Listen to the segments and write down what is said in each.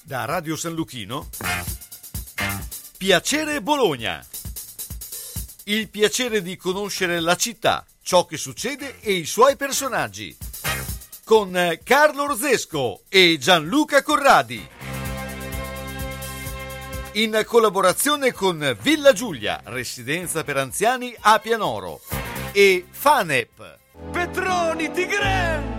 Da Radio San Luchino, Piacere Bologna. Il piacere di conoscere la città, ciò che succede e i suoi personaggi. Con Carlo Rozesco e Gianluca Corradi. In collaborazione con Villa Giulia, residenza per anziani a Pianoro. E Fanep. Petroni Tigre!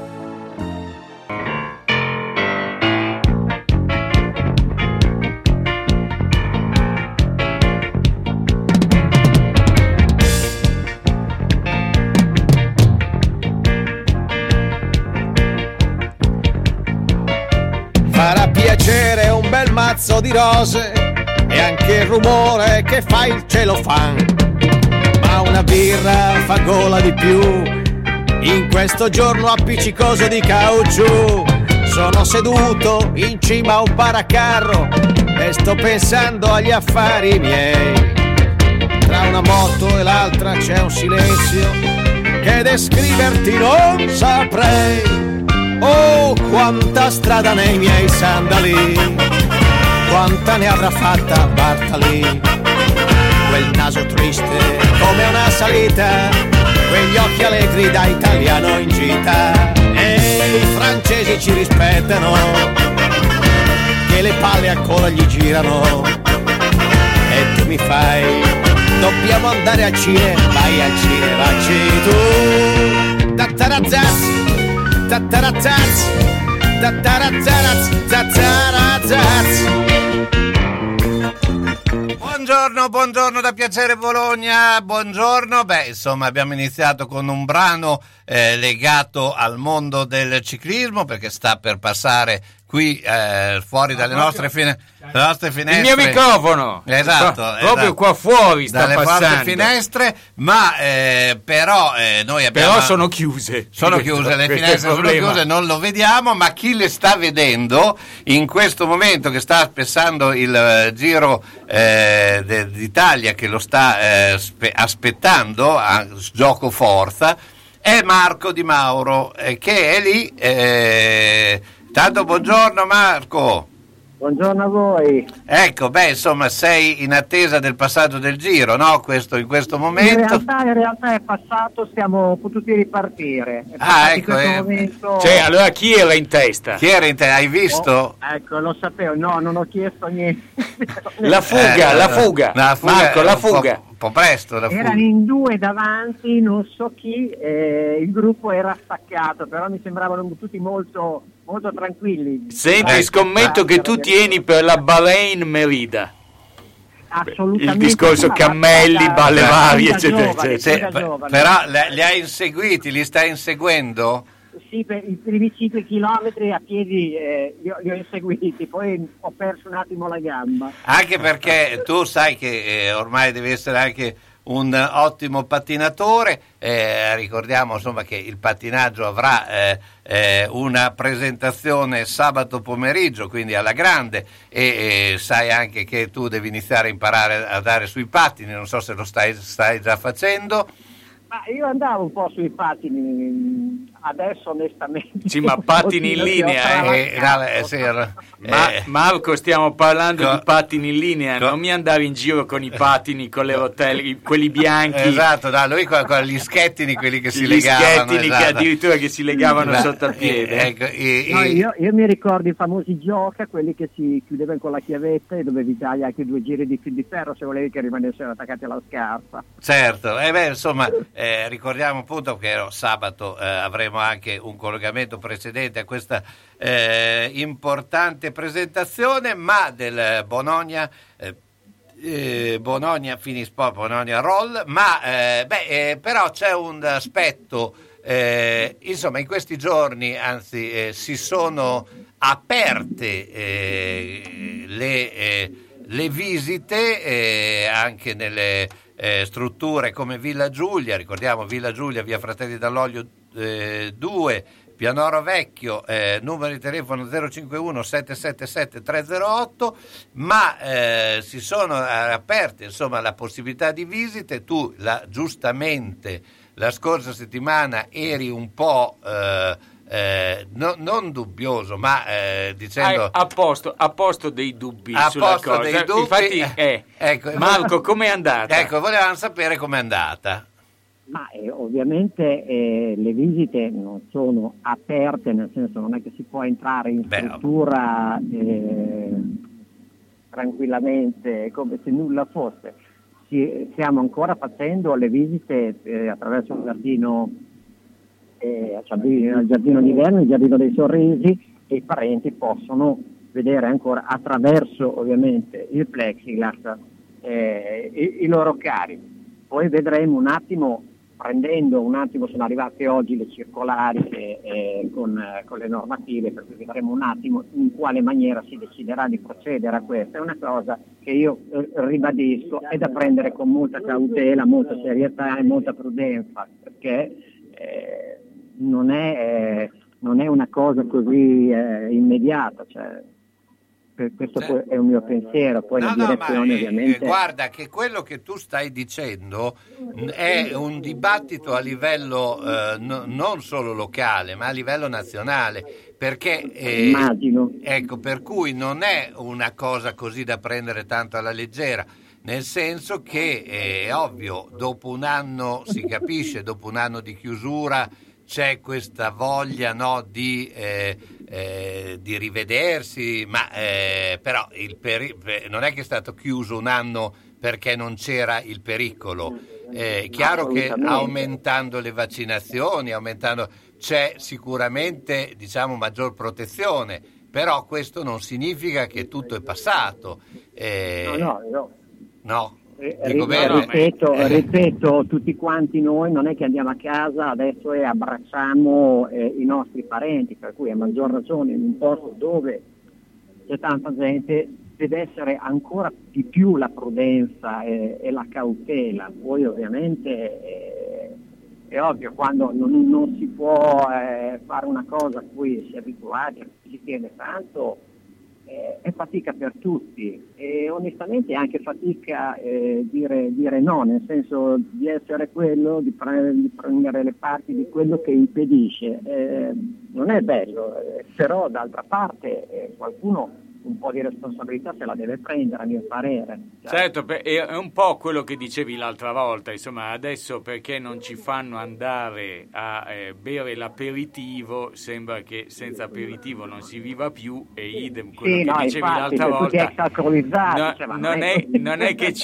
Farà piacere un bel mazzo di rose e anche il rumore che fa il celofan. Ma una birra fa gola di più in questo giorno appiccicoso di caucciù. Sono seduto in cima a un paracarro e sto pensando agli affari miei. Tra una moto e l'altra c'è un silenzio che descriverti non saprei. Oh, quanta strada nei miei sandali, quanta ne avrà fatta Bartali. Quel naso triste come una salita, quegli occhi allegri da italiano in gita. E i francesi ci rispettano, che le palle ancora gli girano. E tu mi fai, dobbiamo andare al cinema, vai al cinema, vacci tu. Tattarazzazz, tattarazzazz, tattarazzazz, tattarazzazz. Buongiorno da Piacere Bologna, buongiorno. Insomma, abbiamo iniziato con un brano legato al mondo del ciclismo, perché sta per passare qui fuori dalle nostre finestre. Il mio microfono! Esatto. Proprio qua fuori sta dalle passando. dalle finestre, ma però noi abbiamo... Però sono chiuse. Le finestre sono chiuse, non lo vediamo, ma chi le sta vedendo in questo momento che sta passando il Giro d'Italia, che lo sta aspettando a gioco forza, è Marco Di Mauro, che è lì. Tanto buongiorno Marco. Buongiorno a voi. Ecco, insomma, sei in attesa del passaggio del Giro, no? In questo momento. In realtà è passato, siamo potuti ripartire. Ecco. Momento... Cioè, allora chi era in testa? Hai visto? Ecco, lo sapevo, no, non ho chiesto niente. La fuga. Marco, la fuga. Un po' presto la fuga. Erano in due davanti, non so chi, il gruppo era staccato, però mi sembravano tutti molto tranquilli. Senti, scommetto che tu tieni per la Bahrain Merida. Assolutamente. Il discorso cammelli, balle varie, eccetera, eccetera. Però li hai inseguiti, li stai inseguendo? Sì, per i primi 5 chilometri a piedi li ho inseguiti, poi ho perso un attimo la gamba. Anche perché tu sai che ormai devi essere anche un ottimo pattinatore, ricordiamo insomma che il pattinaggio avrà una presentazione sabato pomeriggio, quindi alla grande, e sai anche che tu devi iniziare a imparare a dare sui pattini, non so se lo stai già facendo. Ma io andavo un po' sui pattini, adesso onestamente. Sì, ma pattini in linea, Marco, stiamo parlando di pattini in linea, non mi andavi in giro con i pattini, con le rotelle, quelli bianchi. Esatto, lui con gli schettini, quelli che si legavano. Gli schettini, esatto, che addirittura che si legavano sotto al piede. No, io mi ricordo i famosi gioca, quelli che si chiudevano con la chiavetta e dovevi tagliare anche 2 giri di fil di ferro se volevi che rimanessero attaccati alla scarpa. Certo, insomma, ricordiamo appunto che sabato avremo anche un collegamento precedente a questa importante presentazione, ma del Bologna Finisport, Bologna Roll, ma però c'è un aspetto, insomma, in questi giorni anzi si sono aperte le visite anche nelle strutture come Villa Giulia. Ricordiamo Villa Giulia, via Fratelli Dall'Olio 2, Pianoro Vecchio, numero di telefono 051 777 308, ma si sono aperte insomma la possibilità di visite. Tu giustamente la scorsa settimana eri un po' non dubbioso, ma dicendo a posto dei dubbi sulla cosa. Dei dubbi, infatti ecco, Marco, com'è andata? Ecco, volevamo sapere com'è andata. Ma ovviamente le visite non sono aperte, nel senso non è che si può entrare in struttura tranquillamente come se nulla fosse. Stiamo ancora facendo le visite attraverso il giardino d'inverno, il giardino dei sorrisi, e i parenti possono vedere ancora attraverso ovviamente il plexiglass i loro cari. Poi vedremo un attimo, sono arrivate oggi le circolari con le normative, per cui vedremo un attimo in quale maniera si deciderà di procedere a questo. È una cosa che io ribadisco, è da prendere con molta cautela, molta serietà e molta prudenza, perché non è una cosa così immediata, cioè, questo è un mio pensiero, poi la direzione ovviamente... Guarda che quello che tu stai dicendo è un dibattito a livello non solo locale, ma a livello nazionale, perché immagino. Ecco, per cui non è una cosa così da prendere tanto alla leggera, nel senso che è ovvio, dopo un anno si capisce, dopo un anno di chiusura c'è questa voglia, no, di rivedersi, ma però non è che è stato chiuso un anno perché non c'era il pericolo. È chiaro che aumentando le vaccinazioni, c'è sicuramente, diciamo, maggior protezione, però questo non significa che tutto è passato. No. Ripeto, tutti quanti noi non è che andiamo a casa adesso e abbracciamo i nostri parenti, per cui a maggior ragione in un posto dove c'è tanta gente deve essere ancora di più la prudenza e la cautela. Poi ovviamente è ovvio, quando non si può fare una cosa a cui si è abituati, a cui si tiene tanto, è fatica per tutti, e onestamente è anche fatica dire no, nel senso di essere quello, di prendere le parti di quello che impedisce. Non è bello, però d'altra parte qualcuno un po' di responsabilità se la deve prendere, a mio parere. Certo, è un po' quello che dicevi l'altra volta, insomma, adesso perché non ci fanno andare a bere l'aperitivo, sembra che senza aperitivo non si viva più, e idem quello che dicevi l'altra volta. Non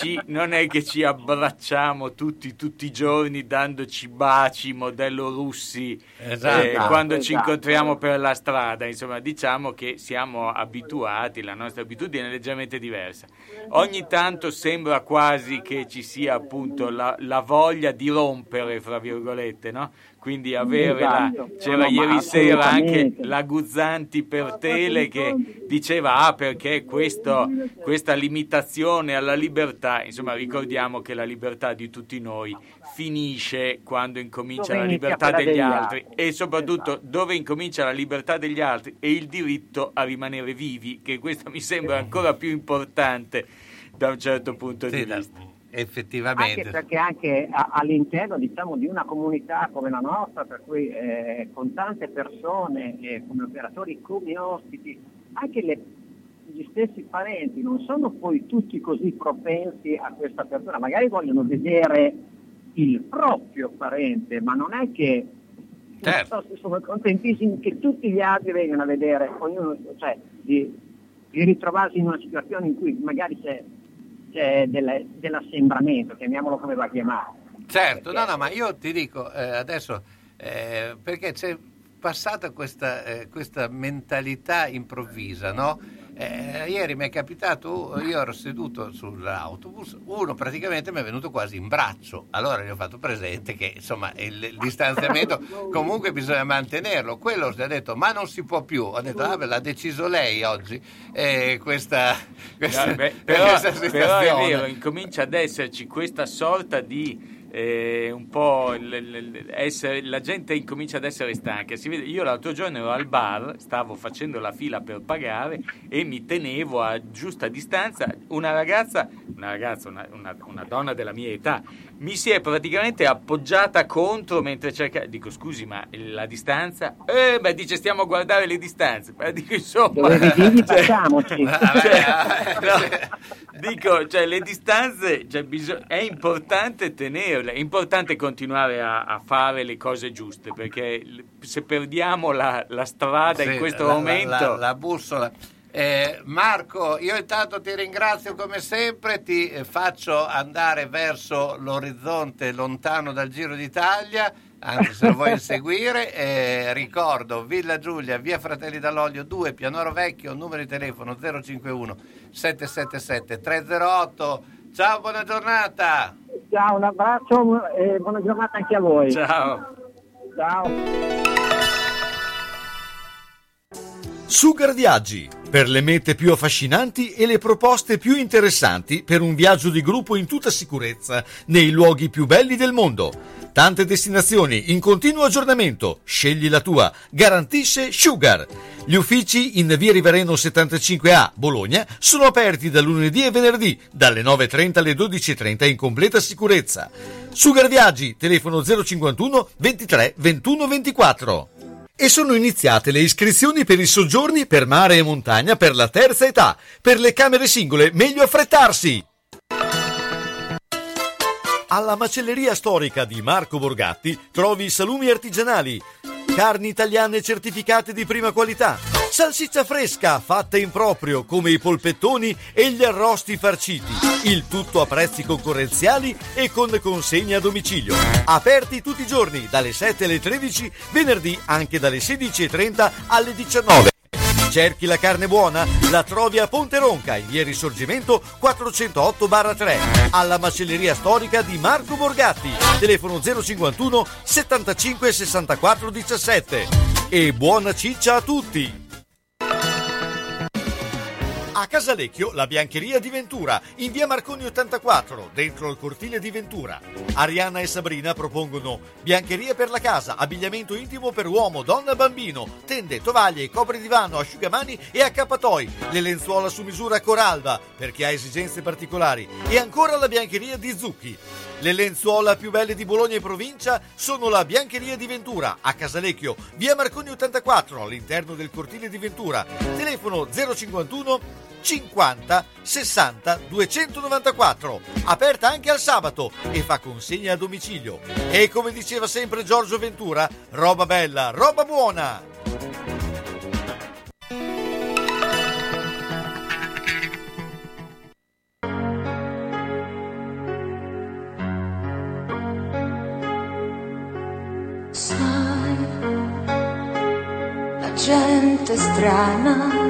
è che ci abbracciamo tutti i giorni dandoci baci modello russi, quando ci incontriamo per la strada, insomma, diciamo che siamo abituati, la nostra abitudine è leggermente diversa. Ogni tanto sembra quasi che ci sia appunto la voglia di rompere, fra virgolette, no? Quindi avere c'era ieri sera anche la Guzzanti per tele che diceva perché questa limitazione alla libertà, insomma, ricordiamo che la libertà di tutti noi finisce quando incomincia la libertà degli altri, e soprattutto dove incomincia la libertà degli altri e il diritto a rimanere vivi, che questo mi sembra ancora più importante da un certo punto di vista. Effettivamente, anche perché anche all'interno, diciamo, di una comunità come la nostra, per cui con tante persone come operatori, come ospiti, anche gli stessi parenti non sono poi tutti così propensi a questa persona, magari vogliono vedere il proprio parente, ma non è che sono contentissimi che tutti gli altri vengano a vedere, ognuno, cioè di ritrovarsi in una situazione in cui magari c'è dell'assembramento, chiamiamolo come va chiamato. Certo, no, ma io ti dico adesso, perché c'è passata questa mentalità improvvisa, no? Ieri mi è capitato, io ero seduto sull'autobus, uno praticamente mi è venuto quasi in braccio, allora gli ho fatto presente che insomma il distanziamento comunque bisogna mantenerlo. Quello si è detto ma non si può più, ho detto l'ha deciso lei oggi questa situazione. Però è vero, incomincia ad esserci questa sorta di un po' la gente incomincia ad essere stanca, si vede. Io l'altro giorno ero al bar, stavo facendo la fila per pagare e mi tenevo a giusta distanza, una ragazza una ragazza, una donna della mia età, mi si è praticamente appoggiata contro mentre cerca. Dico, scusi, ma la distanza? Dice, stiamo a guardare le distanze. Ma dico, insomma, facciamoci. Dico, cioè, le distanze, cioè, è importante tenerle, è importante continuare a fare le cose giuste, perché se perdiamo la strada in questo momento, la bussola. Marco, io intanto ti ringrazio come sempre, ti faccio andare verso l'orizzonte lontano dal Giro d'Italia, anzi se lo vuoi seguire. Ricordo Villa Giulia, via Fratelli Dall'Olio 2, Pianoro Vecchio, numero di telefono 051 777 308. Ciao, buona giornata. Ciao, un abbraccio e buona giornata anche a voi. ciao. Sugar Viaggi, per le mete più affascinanti e le proposte più interessanti per un viaggio di gruppo in tutta sicurezza nei luoghi più belli del mondo. Tante destinazioni in continuo aggiornamento. Scegli la tua, garantisce Sugar. Gli uffici in via Rivareno 75A, Bologna, sono aperti da lunedì e venerdì, dalle 9.30 alle 12.30 in completa sicurezza. Sugar Viaggi, telefono 051 23 21 24. E sono iniziate le iscrizioni per i soggiorni per mare e montagna per la terza età. Per le camere singole, meglio affrettarsi! Alla macelleria storica di Marco Borgatti trovi salumi artigianali, carni italiane certificate di prima qualità, salsiccia fresca fatta in proprio come i polpettoni e gli arrosti farciti, il tutto a prezzi concorrenziali e con consegna a domicilio. Aperti tutti i giorni dalle 7 alle 13, venerdì anche dalle 16.30 alle 19. Cerchi la carne buona? La trovi a Ponte Ronca, in via Risorgimento 408/3, alla macelleria storica di Marco Borgatti, telefono 051 75 64 17. E buona ciccia a tutti! A Casalecchio, la biancheria di Ventura, in via Marconi 84, dentro il cortile di Ventura. Arianna e Sabrina propongono biancheria per la casa, abbigliamento intimo per uomo, donna e bambino, tende, tovaglie, copridivano, asciugamani e accappatoi, le lenzuola su misura Coralba, per chi ha esigenze particolari, e ancora la biancheria di Zucchi. Le lenzuola più belle di Bologna e provincia sono la biancheria di Ventura, a Casalecchio, via Marconi 84, all'interno del cortile di Ventura. Telefono 051 50 60 294, aperta anche al sabato e fa consegna a domicilio. E come diceva sempre Giorgio Ventura, roba bella, roba buona! Sai, la gente strana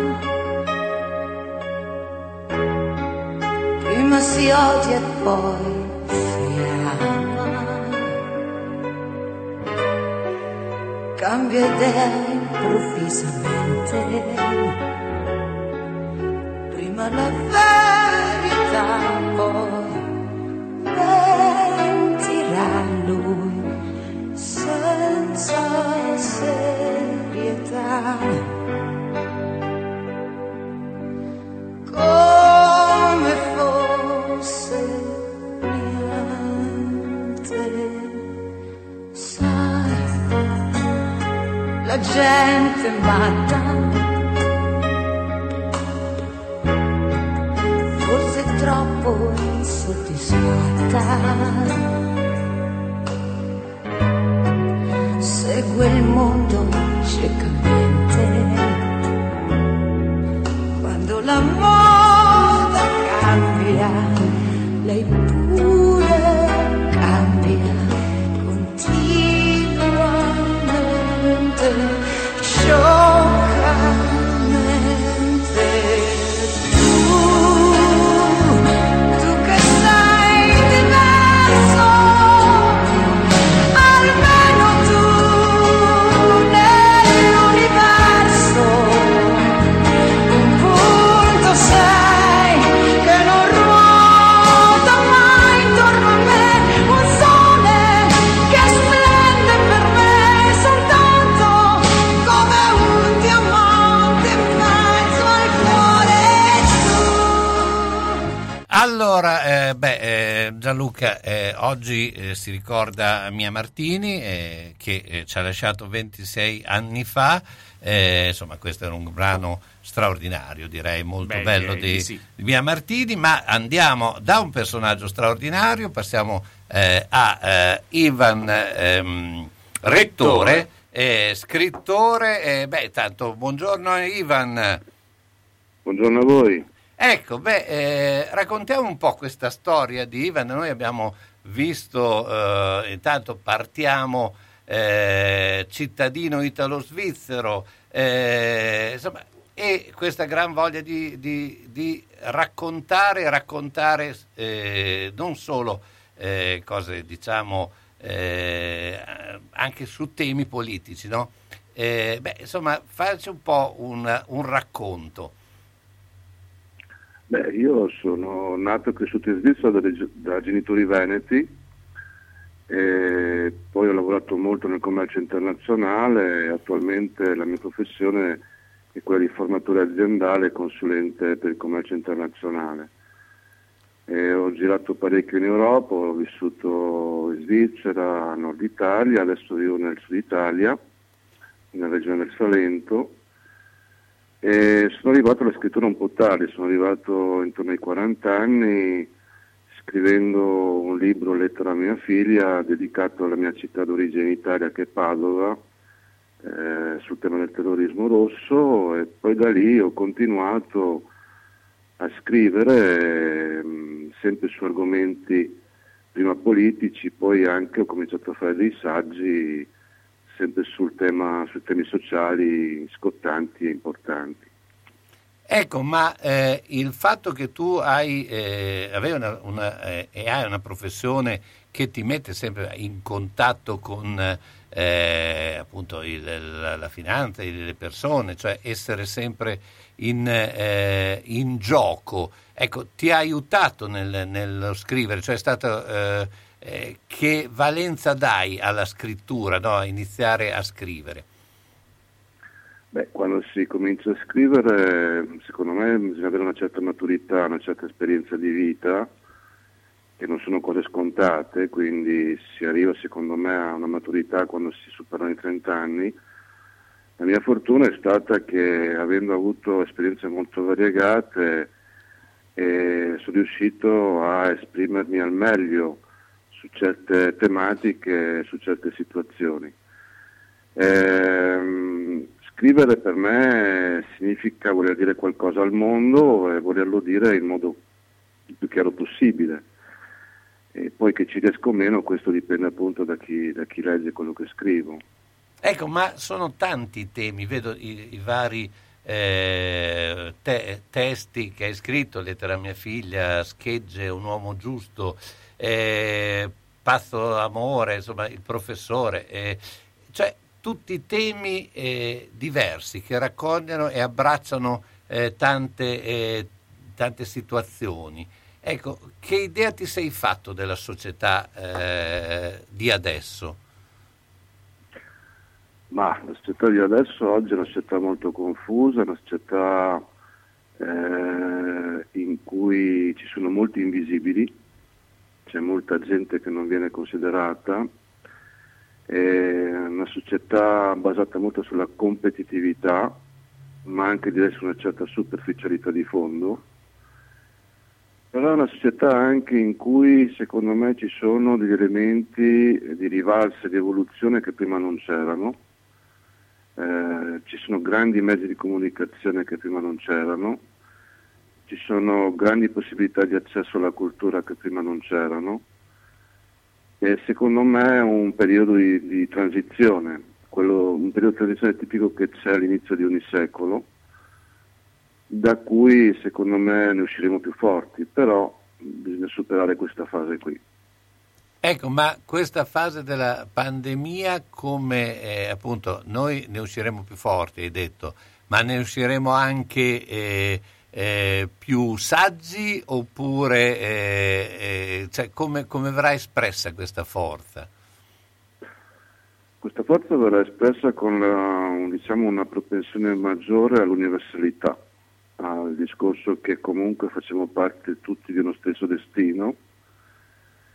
prima si odia e poi si ama, cambia idea improvvisamente, prima la verità, poi mentirà lui senza serietà. Come fosse niente, sai, la gente matta, forse troppo insoddisfatta, segue il mondo ciecamente, quando la moda cambia, lei pure cambia continuamente, scioccamente. Tu che sei diverso, almeno tu nell'universo. Gianluca, oggi si ricorda Mia Martini che ci ha lasciato 26 anni fa, insomma questo era un brano straordinario, direi molto bello di Mia Martini, ma andiamo da un personaggio straordinario, passiamo a Ivan Rettore, scrittore, tanto buongiorno Ivan. Buongiorno a voi. Ecco, raccontiamo un po' questa storia di Ivan. Noi abbiamo visto, intanto partiamo cittadino italo-svizzero, insomma, e questa gran voglia di raccontare non solo cose, diciamo, anche su temi politici, no? Insomma, farci un po' un racconto. Io sono nato e cresciuto in Svizzera da genitori veneti, e poi ho lavorato molto nel commercio internazionale e attualmente la mia professione è quella di formatore aziendale e consulente per il commercio internazionale. Ho girato parecchio in Europa, ho vissuto in Svizzera, Nord Italia, adesso vivo nel Sud Italia, nella regione del Salento. E sono arrivato alla scrittura un po' tardi, sono arrivato intorno ai 40 anni scrivendo un libro, Lettera a mia figlia, dedicato alla mia città d'origine in Italia che è Padova, sul tema del terrorismo rosso, e poi da lì ho continuato a scrivere sempre su argomenti prima politici, poi anche ho cominciato a fare dei saggi sempre sui temi sociali scottanti e importanti. Ecco, ma il fatto che tu hai una professione che ti mette sempre in contatto con appunto la finanza, le persone, cioè essere sempre in gioco, ecco, ti ha aiutato nello scrivere, cioè è stato che valenza dai alla scrittura, no? A iniziare a scrivere? Quando si comincia a scrivere, secondo me bisogna avere una certa maturità, una certa esperienza di vita, che non sono cose scontate, quindi si arriva secondo me a una maturità quando si superano i 30 anni. La mia fortuna è stata che, avendo avuto esperienze molto variegate, sono riuscito a esprimermi al meglio su certe tematiche, su certe situazioni. Scrivere per me significa voler dire qualcosa al mondo e volerlo dire in modo il più chiaro possibile. E poi che ci riesco o meno, questo dipende appunto da chi legge quello che scrivo. Ecco, ma sono tanti temi, vedo i vari testi che hai scritto, Lettera a mia figlia, Schegge, Un uomo giusto, Pazzo d'amore, insomma, Il professore, cioè tutti temi diversi che raccogliano e abbracciano tante situazioni. Ecco, che idea ti sei fatto della società di adesso? Ma la società di adesso oggi è una società molto confusa, una società in cui ci sono molti invisibili, c'è molta gente che non viene considerata, è una società basata molto sulla competitività, ma anche direi su una certa superficialità di fondo. Però è una società anche in cui secondo me ci sono degli elementi di rivalsa e di evoluzione che prima non c'erano. Ci sono grandi mezzi di comunicazione che prima non c'erano, ci sono grandi possibilità di accesso alla cultura che prima non c'erano, e secondo me è un periodo di transizione, un periodo di transizione tipico che c'è all'inizio di ogni secolo, da cui secondo me ne usciremo più forti, però bisogna superare questa fase qui. Ecco, ma questa fase della pandemia, come appunto noi ne usciremo più forti, hai detto, ma ne usciremo anche più saggi, oppure cioè, come verrà espressa questa forza? Questa forza verrà espressa con una propensione maggiore all'universalità, al discorso che comunque facciamo parte tutti di uno stesso destino,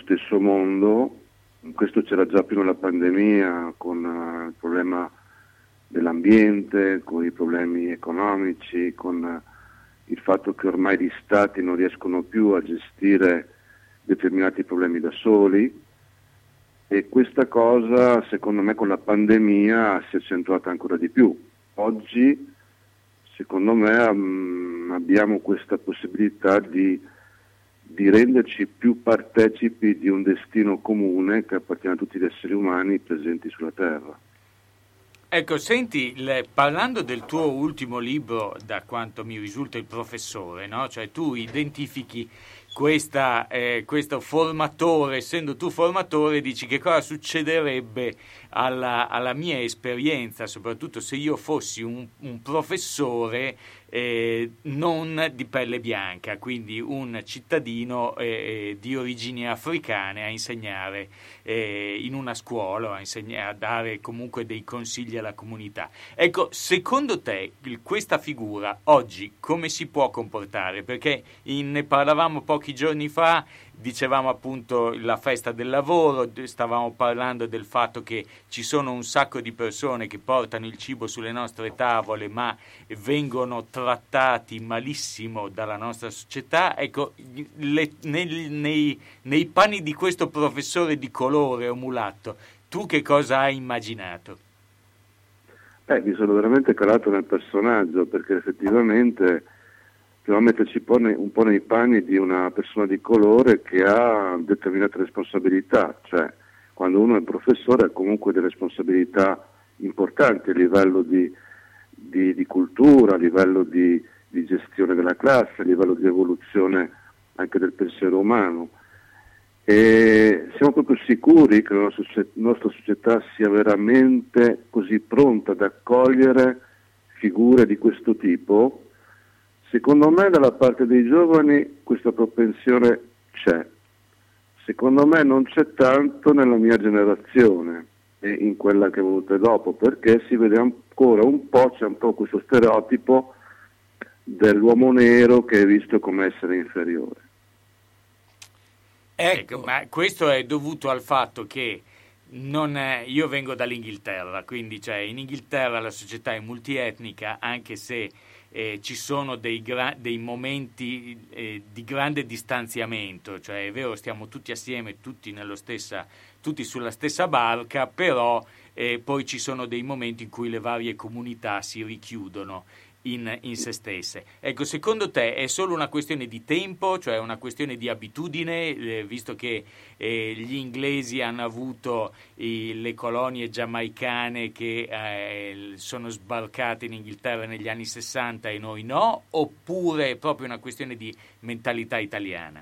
stesso mondo. Questo c'era già prima della pandemia, con il problema dell'ambiente, con i problemi economici, con il fatto che ormai gli stati non riescono più a gestire determinati problemi da soli, e questa cosa secondo me con la pandemia si è accentuata ancora di più. Oggi secondo me abbiamo questa possibilità di renderci più partecipi di un destino comune che appartiene a tutti gli esseri umani presenti sulla Terra. Ecco, senti, parlando del tuo ultimo libro, da quanto mi risulta, Il professore, no? Cioè tu identifichi questo formatore, essendo tu formatore, dici che cosa succederebbe alla mia esperienza, soprattutto se io fossi un professore non di pelle bianca, quindi un cittadino di origini africane, a insegnare in una scuola, a dare comunque dei consigli alla comunità. Ecco, secondo te questa figura oggi come si può comportare? Perché ne parlavamo pochi giorni fa, dicevamo appunto la festa del lavoro, stavamo parlando del fatto che ci sono un sacco di persone che portano il cibo sulle nostre tavole ma vengono trattati malissimo dalla nostra società. Ecco, nei panni di questo professore di colore o mulatto, tu che cosa hai immaginato? Mi sono veramente calato nel personaggio, perché effettivamente dobbiamo metterci un po' nei panni di una persona di colore che ha determinate responsabilità, cioè quando uno è professore ha comunque delle responsabilità importanti a livello di cultura, a livello di gestione della classe, a livello di evoluzione anche del pensiero umano, e siamo proprio sicuri che la nostra società sia veramente così pronta ad accogliere figure di questo tipo. Secondo me dalla parte dei giovani questa propensione c'è, secondo me non c'è tanto nella mia generazione e in quella che è venuta dopo, perché si vede ancora c'è un po' questo stereotipo dell'uomo nero che è visto come essere inferiore. Ecco, ma questo è dovuto al fatto che io vengo dall'Inghilterra, quindi cioè, in Inghilterra la società è multietnica, anche se ci sono dei momenti di grande distanziamento, cioè è vero, stiamo tutti assieme, tutti sulla stessa barca, però poi ci sono dei momenti in cui le varie comunità si richiudono in se stesse. Ecco, secondo te è solo una questione di tempo, cioè una questione di abitudine, visto che gli inglesi hanno avuto le colonie giamaicane che sono sbarcate in Inghilterra negli anni 60 e noi no, oppure è proprio una questione di mentalità italiana?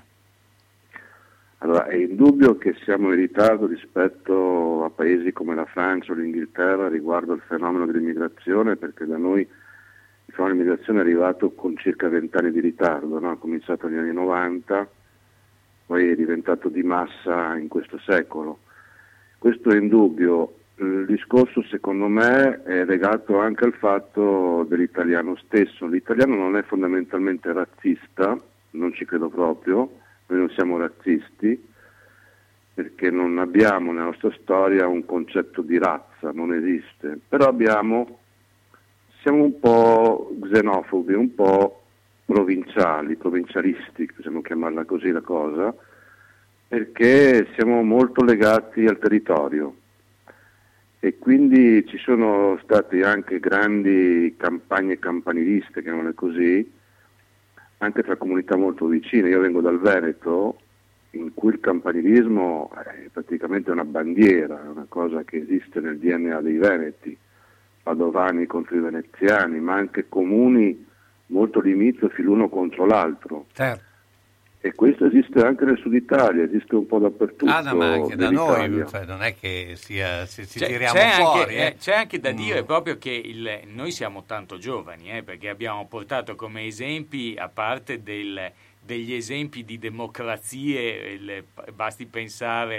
Allora, è indubbio che siamo in ritardo rispetto a paesi come la Francia o l'Inghilterra riguardo al fenomeno dell'immigrazione, perché da noi il fenomeno dell'immigrazione è arrivato con circa 20 anni di ritardo, no? Ha cominciato negli anni 90, poi è diventato di massa in questo secolo. Questo è indubbio. Il discorso secondo me è legato anche al fatto dell'italiano stesso. L'italiano non è fondamentalmente razzista, non ci credo proprio, noi non siamo razzisti, perché non abbiamo nella nostra storia un concetto di razza, non esiste, però siamo un po' xenofobi, un po' provincialisti, possiamo chiamarla così la cosa, perché siamo molto legati al territorio e quindi ci sono state anche grandi campagne campaniliste, chiamiamole così, anche tra comunità molto vicine. Io vengo dal Veneto, in cui il campanilismo è praticamente una bandiera, è una cosa che esiste nel DNA dei veneti, padovani contro i veneziani, ma anche comuni molto limitrofi l'uno contro l'altro. Certo. E questo esiste anche nel sud Italia, esiste un po' dappertutto. Ma anche da noi, cioè, non è che ci tiriamo fuori. C'è anche da dire proprio che noi siamo tanto giovani, perché abbiamo portato come esempi, a parte degli esempi di democrazie, basti pensare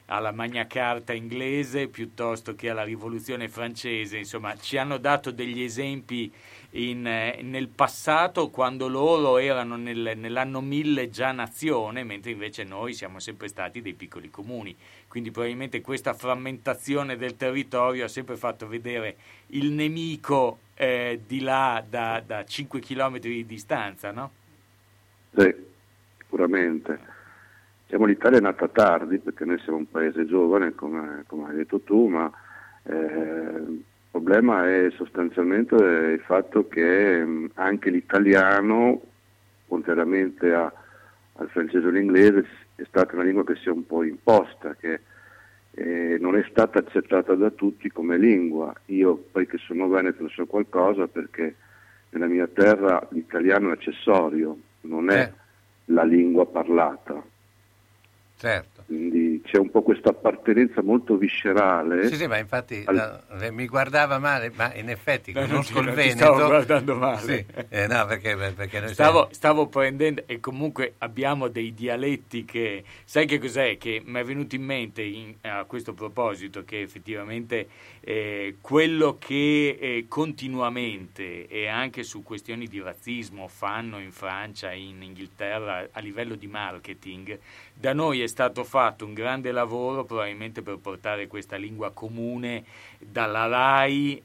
alla Magna Carta inglese piuttosto che alla Rivoluzione francese. Insomma, ci hanno dato degli esempi nel passato, quando loro erano nell'anno 1000 già nazione, mentre invece noi siamo sempre stati dei piccoli comuni. Quindi probabilmente questa frammentazione del territorio ha sempre fatto vedere il nemico di là da 5 chilometri di distanza, no? Sì, sicuramente. L'Italia è nata tardi, perché noi siamo un paese giovane, come hai detto tu, ma il problema è sostanzialmente il fatto che anche l'italiano, contrariamente al francese o all'inglese, è stata una lingua che si è un po' imposta, che non è stata accettata da tutti come lingua. Io poi che sono veneto ne so qualcosa, perché nella mia terra l'italiano è accessorio, non è la lingua parlata. Certo. Quindi c'è un po' questa appartenenza molto viscerale. Sì, ma infatti mi guardava male, ma in effetti conosco il Veneto. Stavo guardando male. Sì. No, perché noi stavo prendendo, e comunque abbiamo dei dialetti che, sai che cos'è? Che mi è venuto in mente a questo proposito, che effettivamente quello che continuamente e anche su questioni di razzismo fanno in Francia e in Inghilterra a livello di marketing, da noi è stato fatto un grande lavoro probabilmente per portare questa lingua comune dalla RAI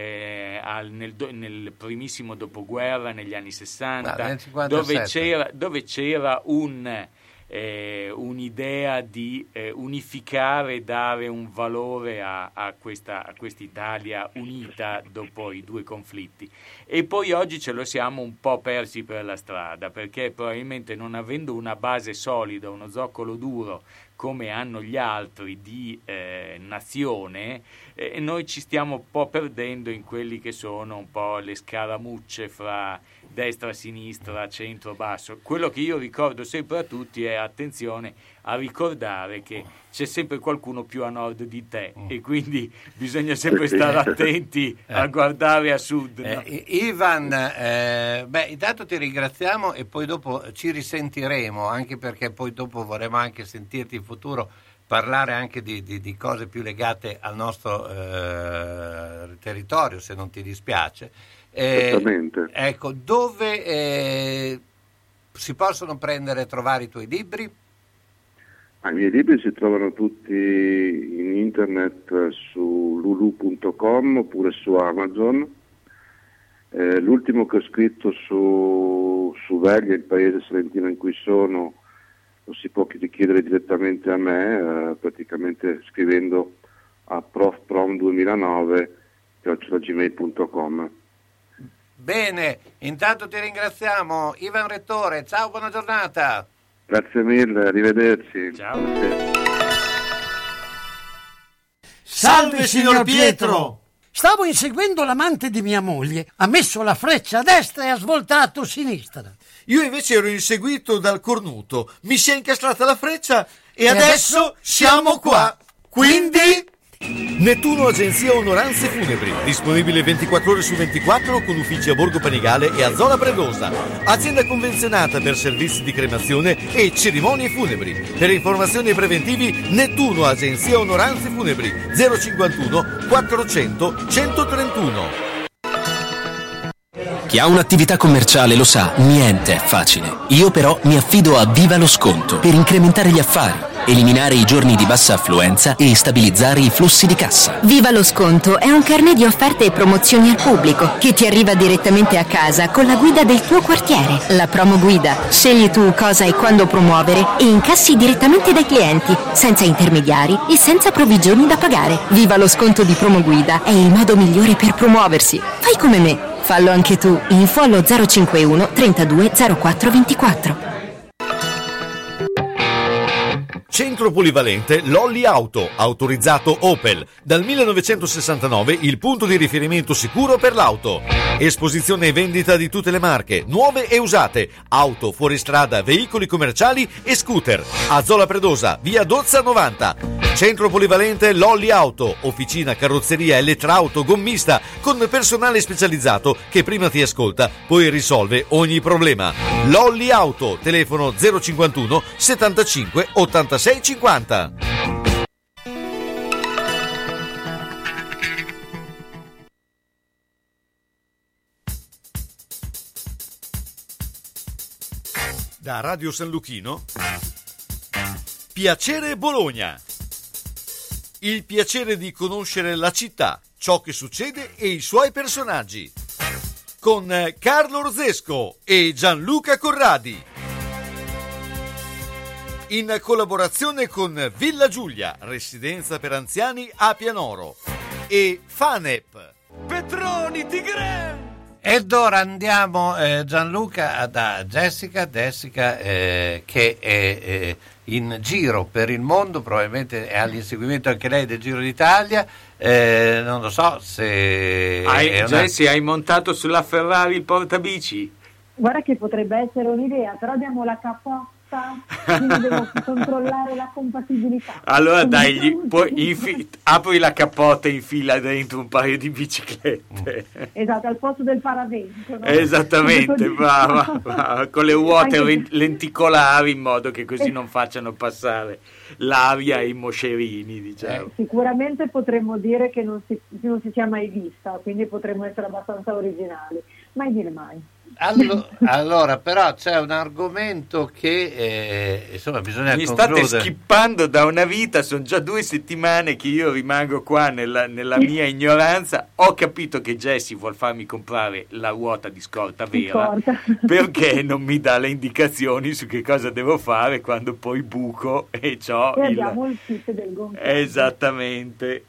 nel primissimo dopoguerra, negli anni 60, dove c'era un'idea di unificare e dare un valore a quest'Italia unita dopo i due conflitti. E poi oggi ce lo siamo un po' persi per la strada, perché probabilmente, non avendo una base solida, uno zoccolo duro come hanno gli altri di nazione, noi ci stiamo un po' perdendo in quelli che sono un po' le scaramucce fra destra, sinistra, centro, basso. Quello che io ricordo sempre a tutti è: attenzione a ricordare che c'è sempre qualcuno più a nord di te, e quindi bisogna sempre stare attenti a guardare a sud, no? Ivan, intanto ti ringraziamo, e poi dopo ci risentiremo, anche perché poi dopo vorremmo anche sentirti in futuro parlare anche di cose più legate al nostro territorio, se non ti dispiace. Ecco, dove si possono prendere e trovare i tuoi libri? I miei libri si trovano tutti in internet su lulu.com oppure su Amazon. L'ultimo che ho scritto su Veglia, il paese salentino in cui sono, lo si può richiedere direttamente a me, praticamente scrivendo a profprom2009@gmail.com. Bene, intanto ti ringraziamo, Ivan Rettore, ciao, buona giornata. Grazie mille, arrivederci. Ciao. Salve signor Pietro! Stavo inseguendo l'amante di mia moglie, ha messo la freccia a destra e ha svoltato a sinistra. Io invece ero inseguito dal cornuto, mi si è incastrata la freccia e adesso siamo qua. Quindi... Nettuno Agenzia Onoranze Funebri, disponibile 24 ore su 24 con uffici a Borgo Panigale e a Zola Predosa. Azienda convenzionata per servizi di cremazione e cerimonie funebri. Per informazioni e preventivi, Nettuno Agenzia Onoranze Funebri, 051 400 131. Chi ha un'attività commerciale lo sa, niente è facile. Io però mi affido a Viva lo Sconto per incrementare gli affari, eliminare i giorni di bassa affluenza e stabilizzare i flussi di cassa. Viva lo Sconto è un carnet di offerte e promozioni al pubblico che ti arriva direttamente a casa con la guida del tuo quartiere. La promo guida. Scegli tu cosa e quando promuovere e incassi direttamente dai clienti, senza intermediari e senza provvigioni da pagare. Viva lo Sconto di Promo Guida è il modo migliore per promuoversi. Fai come me. Fallo anche tu. Info allo 051 32 04 24. Centro polivalente Lolli Auto, autorizzato Opel. Dal 1969 il punto di riferimento sicuro per l'auto. Esposizione e vendita di tutte le marche, nuove e usate, auto, fuoristrada, veicoli commerciali e scooter. A Zola Predosa, via Dozza 90. Centro polivalente Lolli Auto, officina, carrozzeria, elettrauto, gommista, con personale specializzato che prima ti ascolta, poi risolve ogni problema. Lolli Auto, telefono 051 75 86 50. Da Radio San Luchino, Piacere Bologna. Il piacere di conoscere la città, ciò che succede e i suoi personaggi. Con Carlo Orzesco e Gianluca Corradi. In collaborazione con Villa Giulia, residenza per anziani a Pianoro, e Fanep. Petroni Tigre! Ed ora andiamo, Gianluca, da Jessica che è in giro per il mondo, probabilmente è all'inseguimento anche lei del Giro d'Italia, non lo so se... Jessi, hai montato sulla Ferrari il portabici? Guarda che potrebbe essere un'idea, però abbiamo la cappotta, quindi devo controllare la compatibilità. Allora dai, apri la cappotta e infila dentro un paio di biciclette. Esatto, al posto del paravento. No? Esattamente, brava, con le ruote lenticolari, in modo che così non facciano passare l'aria e i moscerini, diciamo. Sicuramente potremmo dire che non si sia mai vista, quindi potremmo essere abbastanza originali. Mai dire mai. Allora, però c'è un argomento che insomma bisogna concludere. Mi state skippando da una vita, sono già 2 settimane che io rimango qua nella mia ignoranza. Ho capito che Jessi vuol farmi comprare la ruota di scorta vera, perché non mi dà le indicazioni su che cosa devo fare quando poi buco e c'ho abbiamo il kit del gonfiaggio. Esattamente.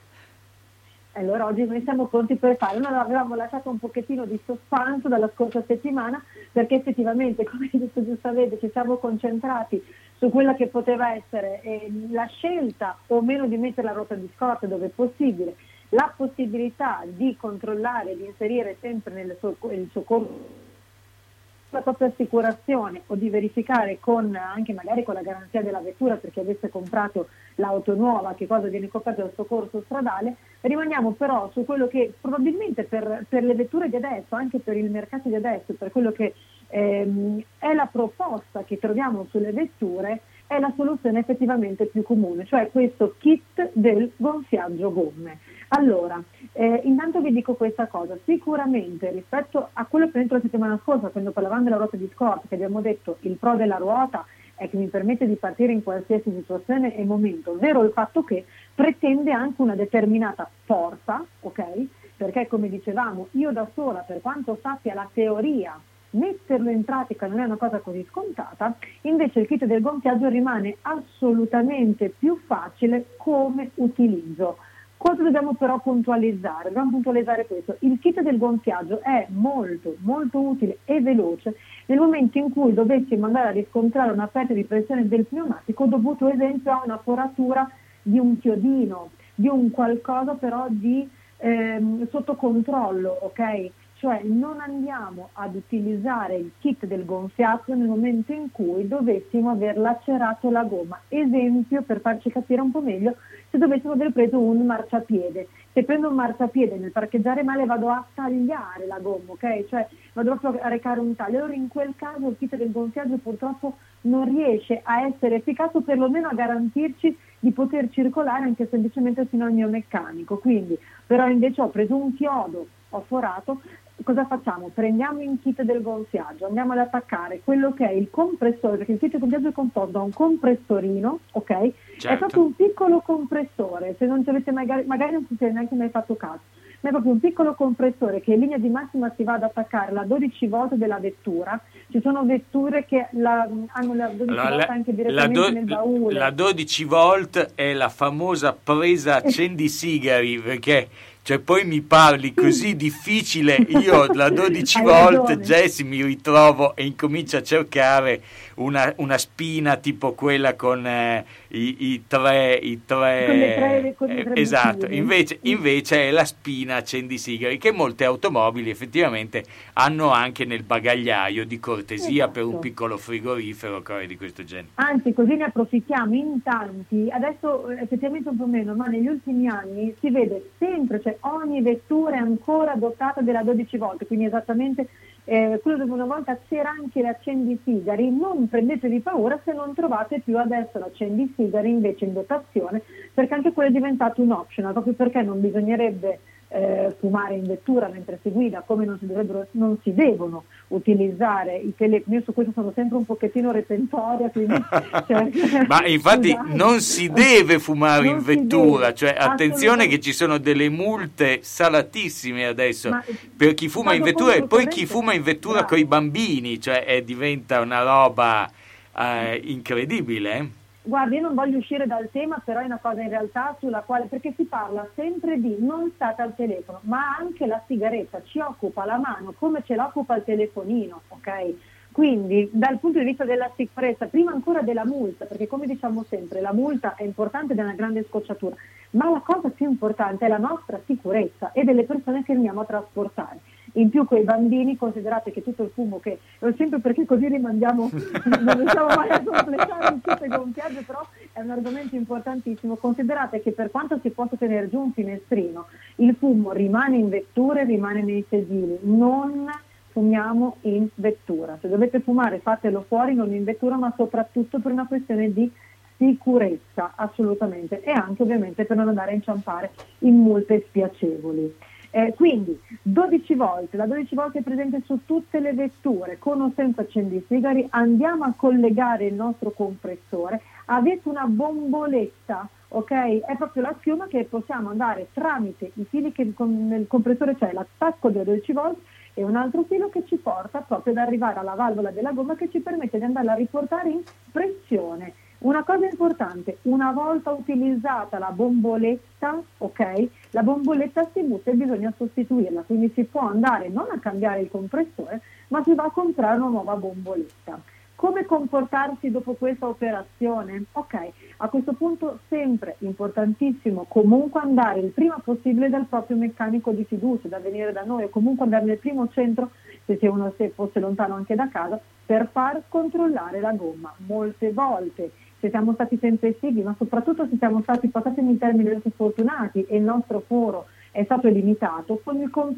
Allora oggi noi siamo pronti per fare. Noi avevamo lasciato un pochettino di sospanso dalla scorsa settimana, perché effettivamente, come hai detto giustamente, ci siamo concentrati su quella che poteva essere la scelta o meno di mettere la ruota di scorta dove è possibile, la possibilità di controllare, di inserire sempre il soccorso la propria assicurazione, o di verificare anche magari con la garanzia della vettura, perché avesse comprato l'auto nuova, che cosa viene coperto dal soccorso stradale. Rimaniamo però su quello che probabilmente per le vetture di adesso, anche per il mercato di adesso, per quello che è la proposta che troviamo sulle vetture, è la soluzione effettivamente più comune, cioè questo kit del gonfiaggio gomme. Allora, intanto vi dico questa cosa: sicuramente rispetto a quello che ho detto la settimana scorsa, quando parlavamo della ruota di scorta, che abbiamo detto il pro della ruota è che mi permette di partire in qualsiasi situazione e momento, ovvero il fatto che pretende anche una determinata forza, ok? Perché come dicevamo, io da sola, per quanto sappia la teoria, metterlo in pratica non è una cosa così scontata. Invece il kit del gonfiaggio rimane assolutamente più facile come utilizzo. Cosa dobbiamo però puntualizzare? Dobbiamo puntualizzare questo: il kit del gonfiaggio è molto molto utile e veloce nel momento in cui dovessimo andare a riscontrare una perdita di pressione del pneumatico dovuto ad esempio a una foratura di un chiodino, di un qualcosa però di sotto controllo, ok? Cioè non andiamo ad utilizzare il kit del gonfiaggio nel momento in cui dovessimo aver lacerato la gomma. Esempio, per farci capire un po' meglio, se dovessimo aver preso un marciapiede. Se prendo un marciapiede nel parcheggiare male vado a tagliare la gomma, ok? Cioè vado proprio a recare un taglio. Allora in quel caso il kit del gonfiaggio purtroppo non riesce a essere efficace, o perlomeno a garantirci di poter circolare anche semplicemente fino al mio meccanico. Quindi, però invece ho preso un chiodo, ho forato. Cosa facciamo? Prendiamo il kit del gonfiaggio, andiamo ad attaccare quello che è il compressore, perché il kit del gonfiaggio è composto da un compressorino, ok? Certo. È proprio un piccolo compressore, se non ci avete magari non ci avete neanche mai fatto caso, ma è proprio un piccolo compressore che in linea di massima si va ad attaccare la 12 volt della vettura. Ci sono vetture che hanno la 12 volt anche direttamente nel baule. La 12 volt è la famosa presa accendisigari, perché cioè poi mi parli così difficile, io la 12 volt, Jessi, mi ritrovo e incomincio a cercare una spina tipo quella con i tre esatto, invece è la spina accendisigari che molte automobili effettivamente hanno anche nel bagagliaio, di cortesia, esatto, per un piccolo frigorifero, cose di questo genere. Anzi, così ne approfittiamo in tanti, adesso effettivamente un po' meno, ma negli ultimi anni si vede sempre, cioè ogni vettura è ancora dotata della 12 volt, quindi esattamente quello dove una volta c'era anche l'accendisigari. Non prendetevi paura se non trovate più adesso l'accendisigari invece in dotazione, perché anche quello è diventato un optional, proprio perché non bisognerebbe fumare in vettura mentre si guida, come non si devono utilizzare i telefoni. Io su questo sono sempre un pochettino retentoria, quindi, ma infatti non si deve fumare in vettura, cioè attenzione che ci sono delle multe salatissime adesso per chi fuma in vettura, e poi chi fuma in vettura con i bambini, cioè diventa una roba incredibile. Guarda, io non voglio uscire dal tema, però è una cosa in realtà sulla quale, perché si parla sempre di non state al telefono, ma anche la sigaretta ci occupa la mano come ce l'occupa il telefonino, ok? Quindi dal punto di vista della sicurezza, prima ancora della multa, perché come diciamo sempre la multa è importante ed è una grande scocciatura, ma la cosa più importante è la nostra sicurezza e delle persone che andiamo a trasportare. In più quei bambini, considerate che tutto il fumo che, sempre perché così rimandiamo, non riusciamo mai a completare il kit gonfiaggio, però è un argomento importantissimo. Considerate che per quanto si possa tenere giù un finestrino, il fumo rimane in vettura e rimane nei sedili. Non fumiamo in vettura. Se dovete fumare fatelo fuori, non in vettura, ma soprattutto per una questione di sicurezza, assolutamente, e anche ovviamente per non andare a inciampare in multe spiacevoli. Quindi 12 volte, la 12 volte è presente su tutte le vetture, con o senza accendisigari. Andiamo a collegare il nostro compressore. Avete una bomboletta, ok? È proprio la schiuma che possiamo andare tramite i fili che nel compressore c'è, l'attacco da 12 volte e un altro filo che ci porta proprio ad arrivare alla valvola della gomma, che ci permette di andarla a riportare in pressione. Una cosa importante, una volta utilizzata la bomboletta, ok, la bomboletta si butta e bisogna sostituirla, quindi si può andare non a cambiare il compressore, ma si va a comprare una nuova bomboletta. Come comportarsi dopo questa operazione? Ok, a questo punto sempre importantissimo comunque andare il prima possibile dal proprio meccanico di fiducia, da venire da noi, o comunque andare nel primo centro, se fosse lontano anche da casa, per far controllare la gomma. Molte volte, se siamo stati tempestivi, ma soprattutto se siamo stati, passatemi in termini sfortunati, e il nostro foro è stato limitato, con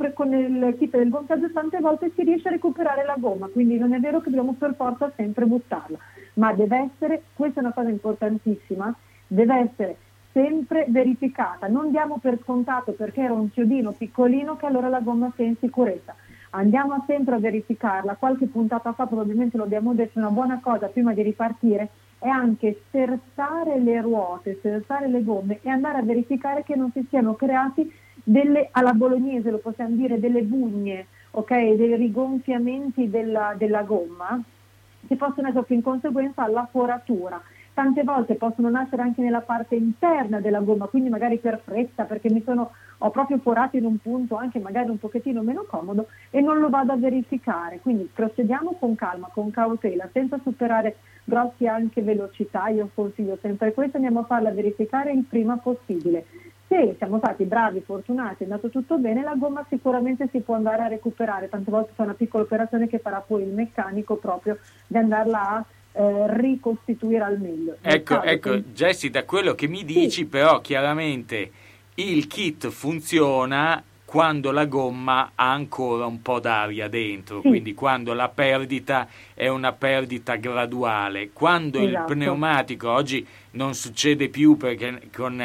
il kit del gonfiaggio tante volte si riesce a recuperare la gomma, quindi non è vero che dobbiamo per forza sempre buttarla, ma deve essere, questa è una cosa importantissima, deve essere sempre verificata. Non diamo per scontato perché era un chiodino piccolino che allora la gomma sia in sicurezza. Andiamo sempre a verificarla. Qualche puntata fa probabilmente lo abbiamo detto, una buona cosa prima di ripartire è anche sterzare le ruote, sterzare le gomme e andare a verificare che non si siano creati alla bolognese, lo possiamo dire, delle bugne, ok, dei rigonfiamenti della gomma, che possono essere in conseguenza alla foratura. Tante volte possono nascere anche nella parte interna della gomma, quindi magari per fretta, perché ho proprio forato in un punto anche magari un pochettino meno comodo e non lo vado a verificare. Quindi procediamo con calma, con cautela, senza superare grossi anche velocità. Io consiglio sempre questo, andiamo a farla verificare il prima possibile. Se siamo stati bravi, fortunati, è andato tutto bene, la gomma sicuramente si può andare a recuperare. Tante volte c'è una piccola operazione che farà poi il meccanico proprio di andarla a ricostituire al meglio. Ecco, Jessie, da quello che mi dici, sì, però chiaramente il kit funziona quando la gomma ha ancora un po' d'aria dentro, sì, quindi quando la perdita è una perdita graduale. Quando il pneumatico, oggi non succede più perché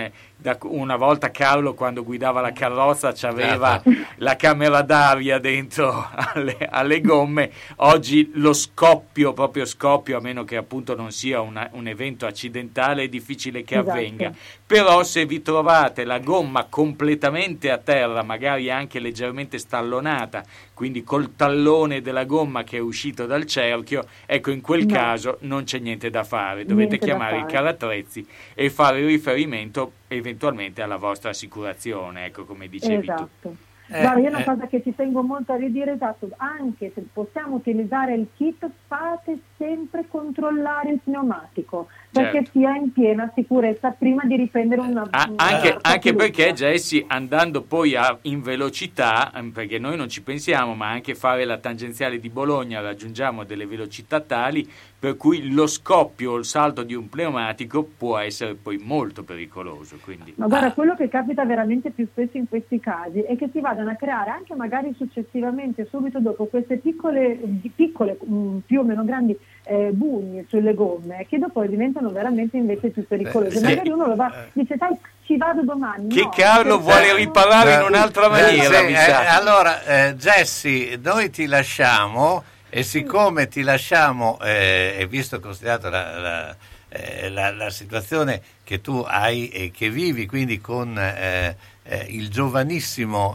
una volta Carlo quando guidava la carrozza c'aveva la camera d'aria dentro alle gomme, oggi lo scoppio, a meno che appunto non sia un evento accidentale, è difficile che avvenga. Però se vi trovate la gomma completamente a terra, magari anche leggermente stallonata, quindi col tallone della gomma che è uscito dal cerchio, ecco, in quel caso non c'è niente da fare, dovete chiamare il carattrezzi e fare riferimento eventualmente alla vostra assicurazione, ecco, come dicevi tu. Guarda, io una cosa che ci tengo molto a ridire, anche se possiamo utilizzare il kit, fate sempre controllare il pneumatico, perché sia in piena sicurezza prima di riprendere anche perché, Jessie, andando poi in velocità, perché noi non ci pensiamo, ma anche fare la tangenziale di Bologna raggiungiamo delle velocità tali per cui lo scoppio o il salto di un pneumatico può essere poi molto pericoloso. Quindi. Ma guarda, quello che capita veramente più spesso in questi casi è che si vada vadano a creare anche magari successivamente, subito dopo, queste piccole più o meno grandi bugne sulle gomme, che dopo diventano veramente invece più pericolose. Magari uno lo va, dice sai, ci vado domani. Che no, Carlo vuole riparare in un'altra maniera. Allora, Jessy, noi ti lasciamo, e siccome ti lasciamo, e visto considerato la situazione che tu hai e che vivi, quindi con il giovanissimo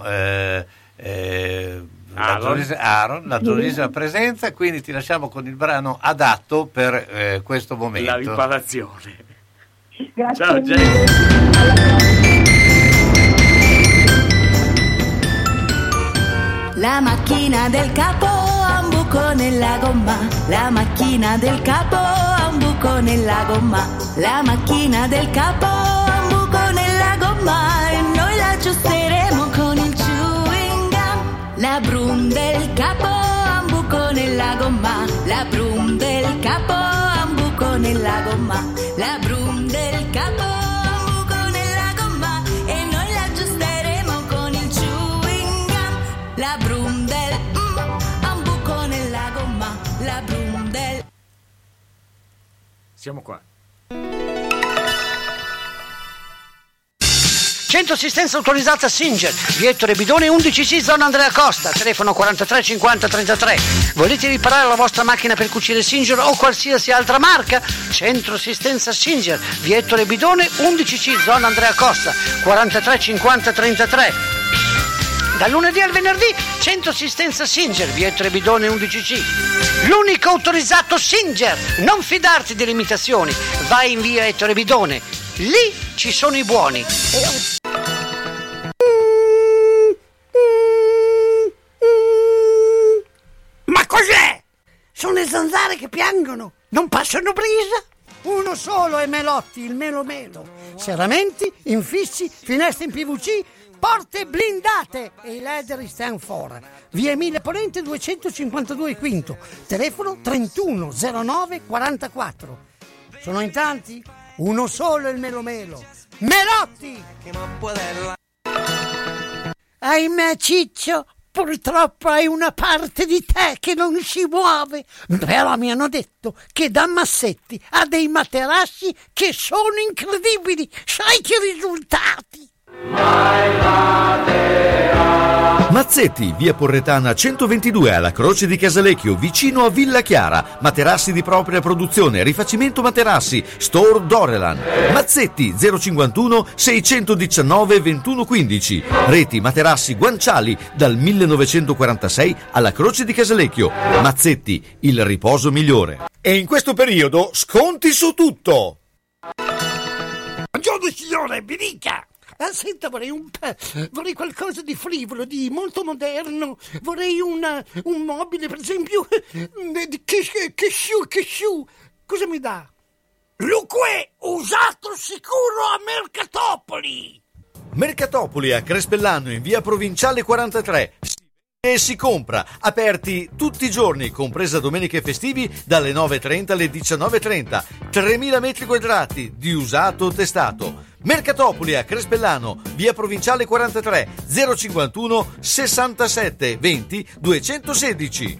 Aaron, la giovanissima presenza, quindi ti lasciamo con il brano adatto per questo momento. La riparazione. Grazie. Ciao Jessy. La macchina del capo ha un buco nella gomma, la macchina del capo ha un buco nella gomma, la macchina del capo ha un buco nella gomma e noi la aggiusteremo con il chewing gum. La brum del capo ha un buco nella gomma, la brum del capo ha un buco nella gomma, la brum del capo ha un buco nella gomma e noi la aggiusteremo con il chewing gum. La brum del ha un buco nella gomma, la brum del. Siamo qua. Centro assistenza autorizzata Singer, via Ettore Bidone 11C, zona Andrea Costa, telefono 43 50 33. Volete riparare la vostra macchina per cucire Singer o qualsiasi altra marca? Centro assistenza Singer, via Ettore Bidone 11C, zona Andrea Costa, 43 50 33. Dal lunedì al venerdì, centro assistenza Singer, via Ettore Bidone 11C. L'unico autorizzato Singer. Non fidarti delle imitazioni. Vai in via Ettore Bidone. Lì ci sono i buoni. Ma cos'è? Sono le zanzare che piangono. Non passano brisa. Uno solo è Melotti, il Melo Melo. Serramenti, infissi, finestre in PVC, porte blindate e i leder stand for. Via Emile Ponente 252 Quinto, telefono 31 09 44. Sono in tanti? Uno solo è il Melo Melo. Melotti! Ahimè Ciccio, purtroppo hai una parte di te che non si muove, però mi hanno detto che da Massetti ha dei materassi che sono incredibili. Sai che risultati? Mazzetti, via Porretana 122 alla Croce di Casalecchio, vicino a Villa Chiara. Materassi di propria produzione, rifacimento materassi, Store Dorelan. Mazzetti 051 619 2115. Reti materassi guanciali dal 1946 alla Croce di Casalecchio. Mazzetti, il riposo migliore. E in questo periodo sconti su tutto. Buongiorno signore, mi dica. Senta, vorrei qualcosa di frivolo, di molto moderno. Vorrei un mobile, per esempio, che sciù. Cosa mi dà? Luque, usato sicuro a Mercatopoli. Mercatopoli a Crespellano in via Provinciale 43. E si compra, aperti tutti i giorni, compresa domeniche e festivi, dalle 9.30 alle 19.30. 3.000 metri quadrati di usato testato. Mercatopoli a Crespellano, via Provinciale 43, 051 67 20 216.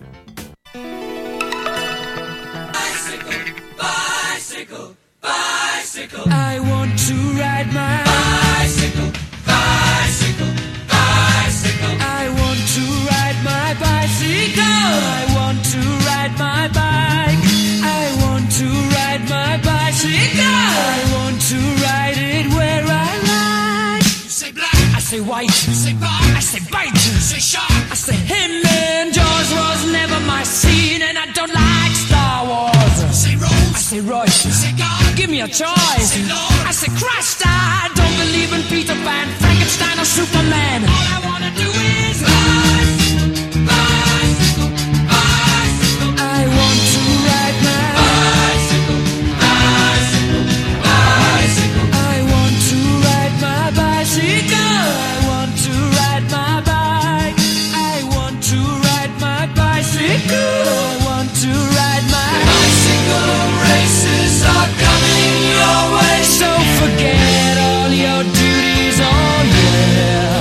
Bicycle, bicycle. I want to ride my bicycle, bicycle, bicycle. I want to ride my bicycle. I want to ride my bike. I want to ride my bicycle. I want to ride it where I like. You say black, I say white. You say bar, I say bite. You say shark, I say him. And Jaws was never my scene, and I don't like Star Wars. You say Rose, I say Royce. You say God, give me a choice. You say Lord, I say Christ. I don't believe in Peter Pan, Frankenstein or Superman. All I wanna do is bicycle, bicycle, bicycle. I want to ride my bicycle, bicycle, bicycle. I want to ride my bicycle. I want to ride my bike. I want to ride my bicycle. I want to ride my bicycle. Races are coming your way, so forget all your duties. Oh yeah.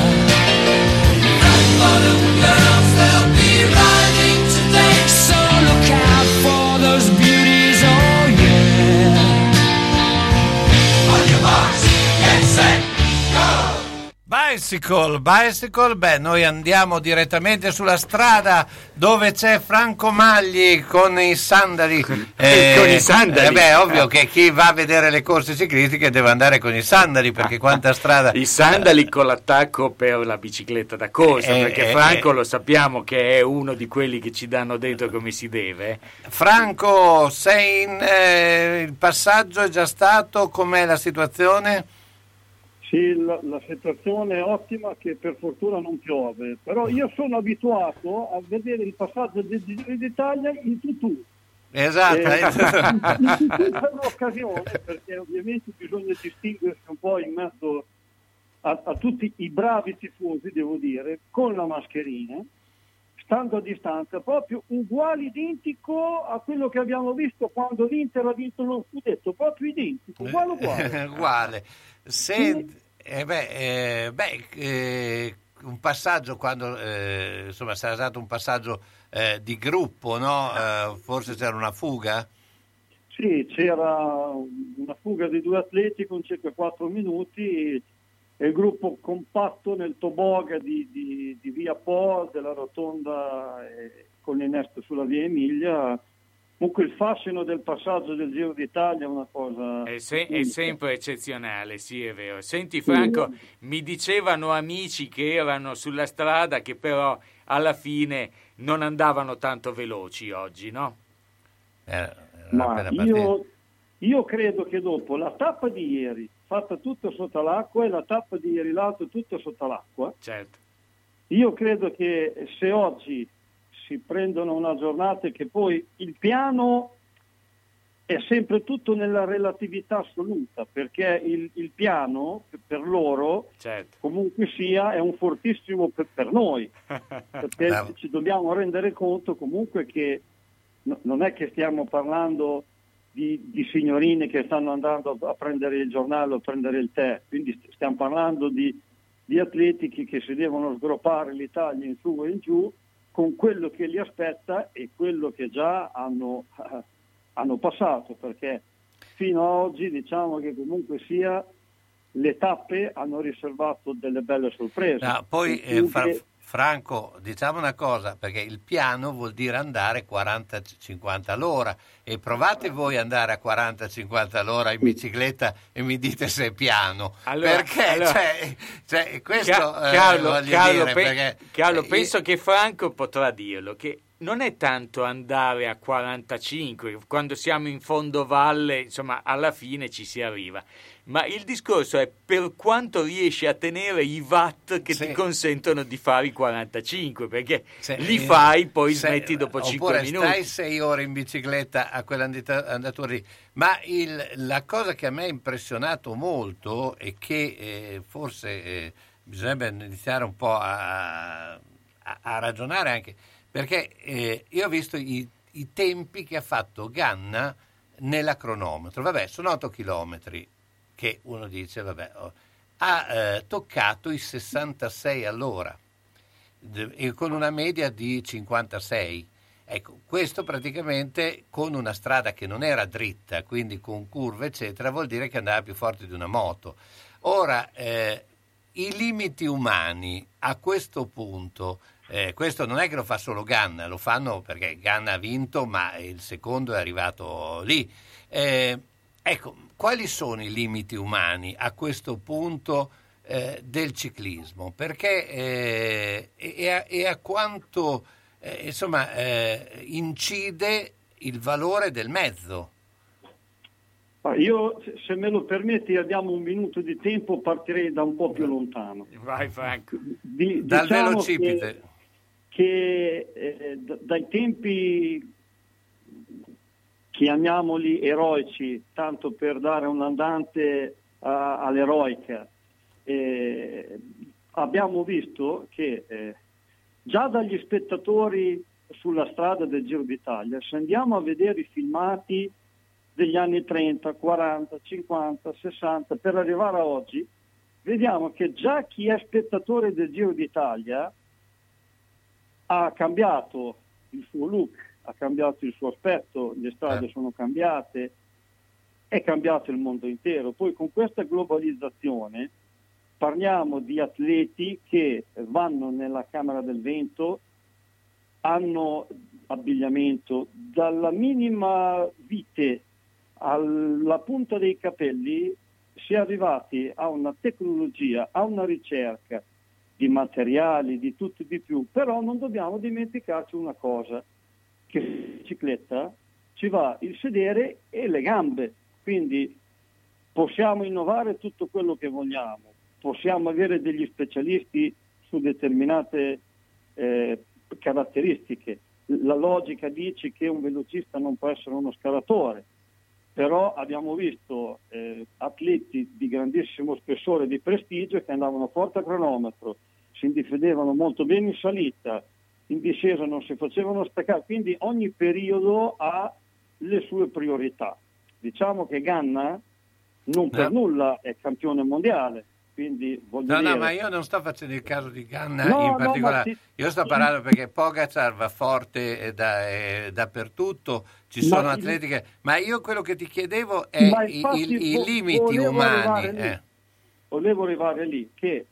Bicycle, beh, noi andiamo direttamente sulla strada dove c'è Franco Magli con i sandali. Con i sandali? Beh, ovvio che chi va a vedere le corse ciclistiche deve andare con i sandali, perché quanta strada... I sandali con l'attacco per la bicicletta da corsa, perché Franco lo sappiamo che è uno di quelli che ci danno dentro come si deve. Franco, sei il passaggio è già stato, com'è la situazione? Sì, la situazione è ottima, che per fortuna non piove, però io sono abituato a vedere il passaggio del Giro d'Italia in tutù. Esatto. In tutù per un'occasione, perché ovviamente bisogna distinguersi un po' in mezzo a tutti i bravi tifosi, devo dire, con la mascherina, stando a distanza, proprio uguale, identico a quello che abbiamo visto quando l'Inter ha vinto lo scudetto, proprio identico, uguale. Uguale. Un passaggio quando insomma sarà stato un passaggio di gruppo, no? Forse c'era una fuga? Sì, c'era una fuga di 2 atleti con circa 4 minuti e il gruppo compatto nel toboga di via Po, della rotonda con l'innesto sulla via Emilia. Comunque il fascino del passaggio del Giro d'Italia è una cosa... È sempre eccezionale, sì, è vero. Senti Franco, mi dicevano amici che erano sulla strada che però alla fine non andavano tanto veloci oggi, no? Ma io credo che dopo la tappa di ieri, fatta tutta sotto l'acqua, e la tappa di ieri l'altro tutta sotto l'acqua, certo. Io credo che se oggi si prendono una giornata, che poi il piano è sempre tutto nella relatività assoluta, perché il piano per loro, certo, comunque sia, è un fortissimo per noi, perché ci dobbiamo rendere conto comunque che non è che stiamo parlando di signorine che stanno andando a prendere il giornale o a prendere il tè, quindi stiamo parlando di atleti che si devono sgroppare l'Italia in su e in giù, con quello che li aspetta e quello che già hanno passato, perché fino ad oggi diciamo che comunque sia le tappe hanno riservato delle belle sorprese. No, poi Franco, diciamo una cosa, perché il piano vuol dire andare 40-50 all'ora, e provate voi ad andare a 40-50 all'ora in bicicletta e mi dite se è piano, perché questo Carlo, penso che Franco potrà dirlo, che non è tanto andare a 45, quando siamo in fondovalle, insomma, alla fine ci si arriva. Ma il discorso è per quanto riesci a tenere i watt che ti consentono di fare i 45, perché li fai, poi smetti dopo 5 minuti. Oppure stai 6 ore in bicicletta a quell'andatura lì. Ma la cosa che a me ha impressionato molto e che forse bisognerebbe iniziare un po' a ragionare anche, perché io ho visto i tempi che ha fatto Ganna nella cronometro. Vabbè, sono 8 chilometri, che uno dice, ha toccato i 66 all'ora, e con una media di 56. Ecco, questo praticamente con una strada che non era dritta, quindi con curve eccetera, vuol dire che andava più forte di una moto. Ora, i limiti umani a questo punto, questo non è che lo fa solo Ganna, lo fanno perché Ganna ha vinto, ma il secondo è arrivato lì. Ecco, quali sono i limiti umani a questo punto del ciclismo? Perché e a quanto incide il valore del mezzo? Io, se me lo permetti, abbiamo un minuto di tempo, partirei da un po' più lontano. Vai Franco. Dal velocipite. Che dai tempi, chiamiamoli eroici, tanto per dare un andante all'eroica, abbiamo visto che già dagli spettatori sulla strada del Giro d'Italia, se andiamo a vedere i filmati degli anni 30, 40, 50, 60, per arrivare a oggi, vediamo che già chi è spettatore del Giro d'Italia ha cambiato il suo look, ha cambiato il suo aspetto, le strade sono cambiate, è cambiato il mondo intero. Poi con questa globalizzazione parliamo di atleti che vanno nella Camera del Vento, hanno abbigliamento dalla minima vite alla punta dei capelli, si è arrivati a una tecnologia, a una ricerca di materiali, di tutto e di più, però non dobbiamo dimenticarci una cosa, che in bicicletta ci va il sedere e le gambe, quindi possiamo innovare tutto quello che vogliamo, possiamo avere degli specialisti su determinate caratteristiche. La logica dice che un velocista non può essere uno scalatore, però abbiamo visto atleti di grandissimo spessore e di prestigio che andavano forte a cronometro, si difendevano molto bene in salita, in discesa non si facevano staccare, quindi ogni periodo ha le sue priorità. Diciamo che Ganna non per nulla è campione mondiale, quindi voglio dire... No, ma io non sto facendo il caso di Ganna in particolare, io sto parlando perché Pogacar va forte dappertutto, ci sono atleti che... Ma io quello che ti chiedevo è i limiti umani. Volevo arrivare lì, che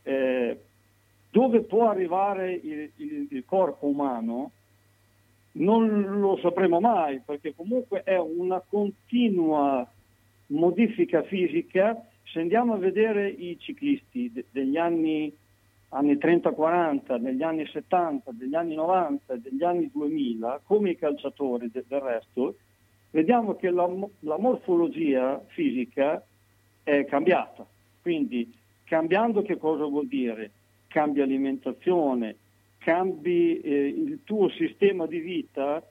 dove può arrivare il corpo umano non lo sapremo mai, perché comunque è una continua modifica fisica. Se andiamo a vedere i ciclisti degli anni 30-40, degli anni 70, degli anni 90, degli anni 2000, come i calciatori del resto, vediamo che la morfologia fisica è cambiata. Quindi cambiando che cosa vuol dire? Cambi alimentazione, cambi il tuo sistema di vita,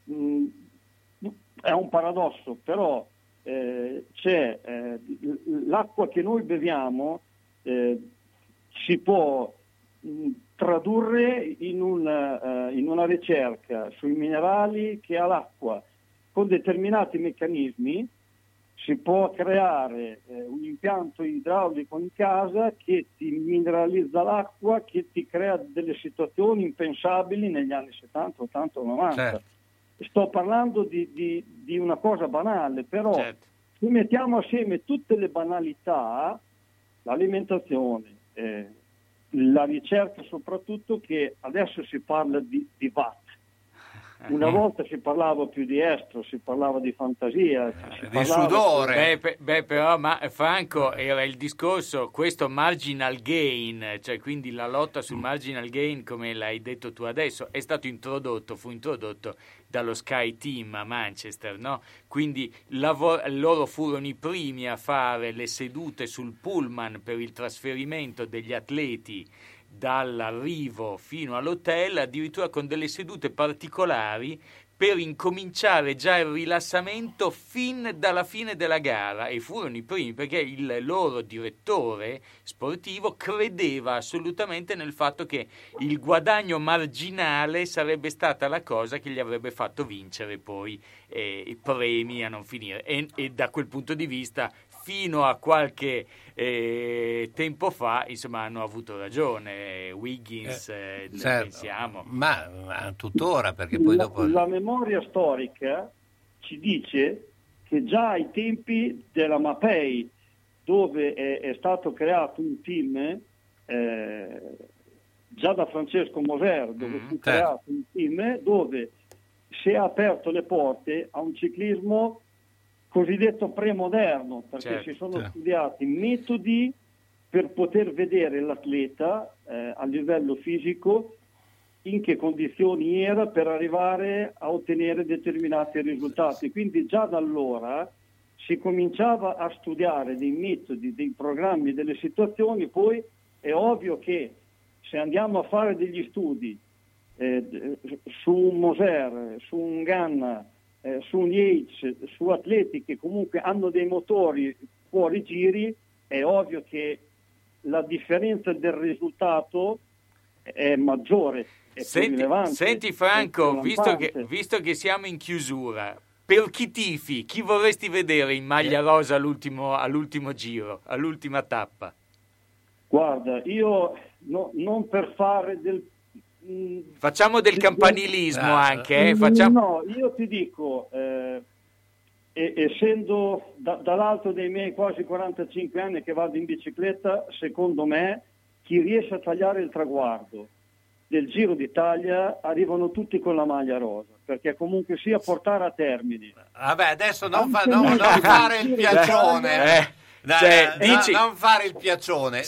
è un paradosso, però c'è l'acqua che noi beviamo si può tradurre in una ricerca sui minerali che ha l'acqua. Con determinati meccanismi si può creare un impianto idraulico in casa che ti mineralizza l'acqua, che ti crea delle situazioni impensabili negli anni 70, 80, 90. Certo. Sto parlando di una cosa banale, però certo, se mettiamo assieme tutte le banalità, l'alimentazione, la ricerca soprattutto, che adesso si parla di watt. Una volta si parlava più di estro, si parlava di fantasia, di sudore. Però, ma Franco, era il discorso, questo marginal gain, cioè quindi la lotta sul marginal gain, come l'hai detto tu adesso, fu introdotto dallo Sky Team a Manchester, no? Quindi loro furono i primi a fare le sedute sul pullman per il trasferimento degli atleti dall'arrivo fino all'hotel, addirittura con delle sedute particolari per incominciare già il rilassamento fin dalla fine della gara, e furono i primi perché il loro direttore sportivo credeva assolutamente nel fatto che il guadagno marginale sarebbe stata la cosa che gli avrebbe fatto vincere poi i premi a non finire, e da quel punto di vista fino a qualche tempo fa, insomma, hanno avuto ragione. Wiggins, certo, pensiamo. Ma tuttora, perché poi dopo... La memoria storica ci dice che già ai tempi della Mapei, dove è stato creato un team, già da Francesco Moser, dove fu creato un team dove si è aperto le porte a un ciclismo cosiddetto premoderno, perché si sono studiati metodi per poter vedere l'atleta a livello fisico in che condizioni era per arrivare a ottenere determinati risultati. Quindi già da allora si cominciava a studiare dei metodi, dei programmi, delle situazioni. Poi è ovvio che se andiamo a fare degli studi su un Moser, su un Ganna, su un Yates, su atleti che comunque hanno dei motori fuori giri, è ovvio che la differenza del risultato è maggiore, è più rilevante. Senti Franco, visto che siamo in chiusura, per chi tifi, chi vorresti vedere in maglia rosa all'ultimo giro, all'ultima tappa? Guarda, io non per fare del... Facciamo del campanilismo anche. No, io ti dico, essendo dall'alto dei miei quasi 45 anni che vado in bicicletta, secondo me chi riesce a tagliare il traguardo del Giro d'Italia arrivano tutti con la maglia rosa, perché comunque sia portare a termine. Vabbè, adesso non fare il piaccione. Non fare il piaccione.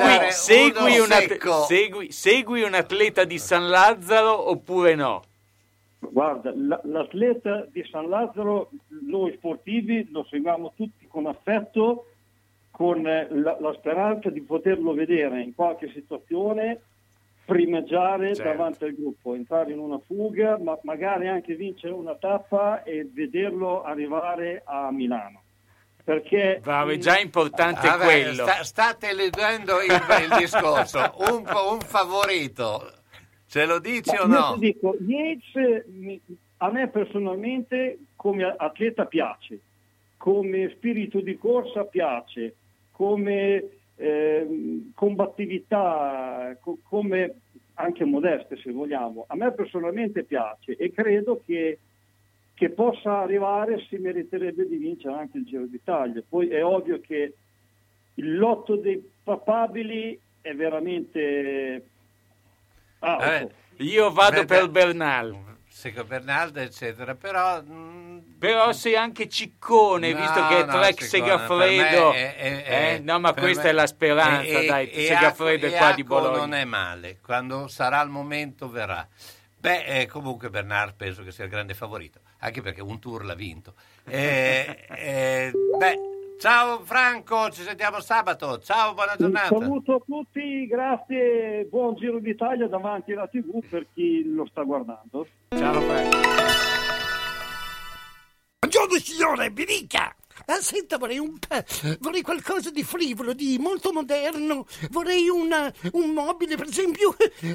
Segui un atleta di San Lazzaro oppure no? Guarda, l'atleta di San Lazzaro, noi sportivi lo seguiamo tutti con affetto, con la speranza di poterlo vedere in qualche situazione primeggiare davanti al gruppo, entrare in una fuga, ma magari anche vincere una tappa e vederlo arrivare a Milano. Perché è già importante quello. State leggendo il discorso. Un favorito, ce lo dici o no? Io ti dico, Yates a me personalmente come atleta piace, come spirito di corsa piace, come combattività, come anche modeste se vogliamo. A me personalmente piace e credo che possa arrivare, si meriterebbe di vincere anche il Giro d'Italia. Poi è ovvio che il lotto dei papabili è veramente alto. Io vado per Bernal. Bernal, eccetera, però sei anche Ciccone, visto che è Trek Segafredo. No, ma questa è la speranza, Segafredo è qua di Bologna. Non è male, quando sarà il momento verrà. Comunque Bernard penso che sia il grande favorito, anche perché un tour l'ha vinto. Ciao Franco, ci sentiamo sabato. Ciao, buona giornata. Un saluto a tutti, grazie, buon Giro d'Italia davanti alla TV per chi lo sta guardando. Ciao Franco. Buongiorno signore, mi dica. Senta, vorrei qualcosa di frivolo, di molto moderno. Vorrei un mobile, per esempio,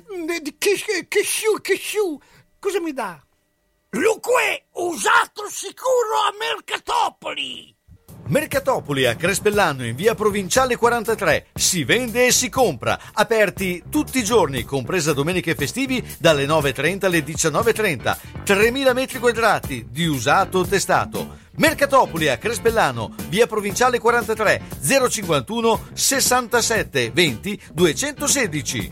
che sciù. Cosa mi dà? Luque, usato sicuro a Mercatopoli. Mercatopoli a Crespellano in via Provinciale 43. Si vende e si compra. Aperti tutti i giorni, compresa domenica e festivi, dalle 9.30 alle 19.30. 3.000 metri quadrati di usato testato. Mercatopoli a Crespellano, via Provinciale 43, 051 67 20 216.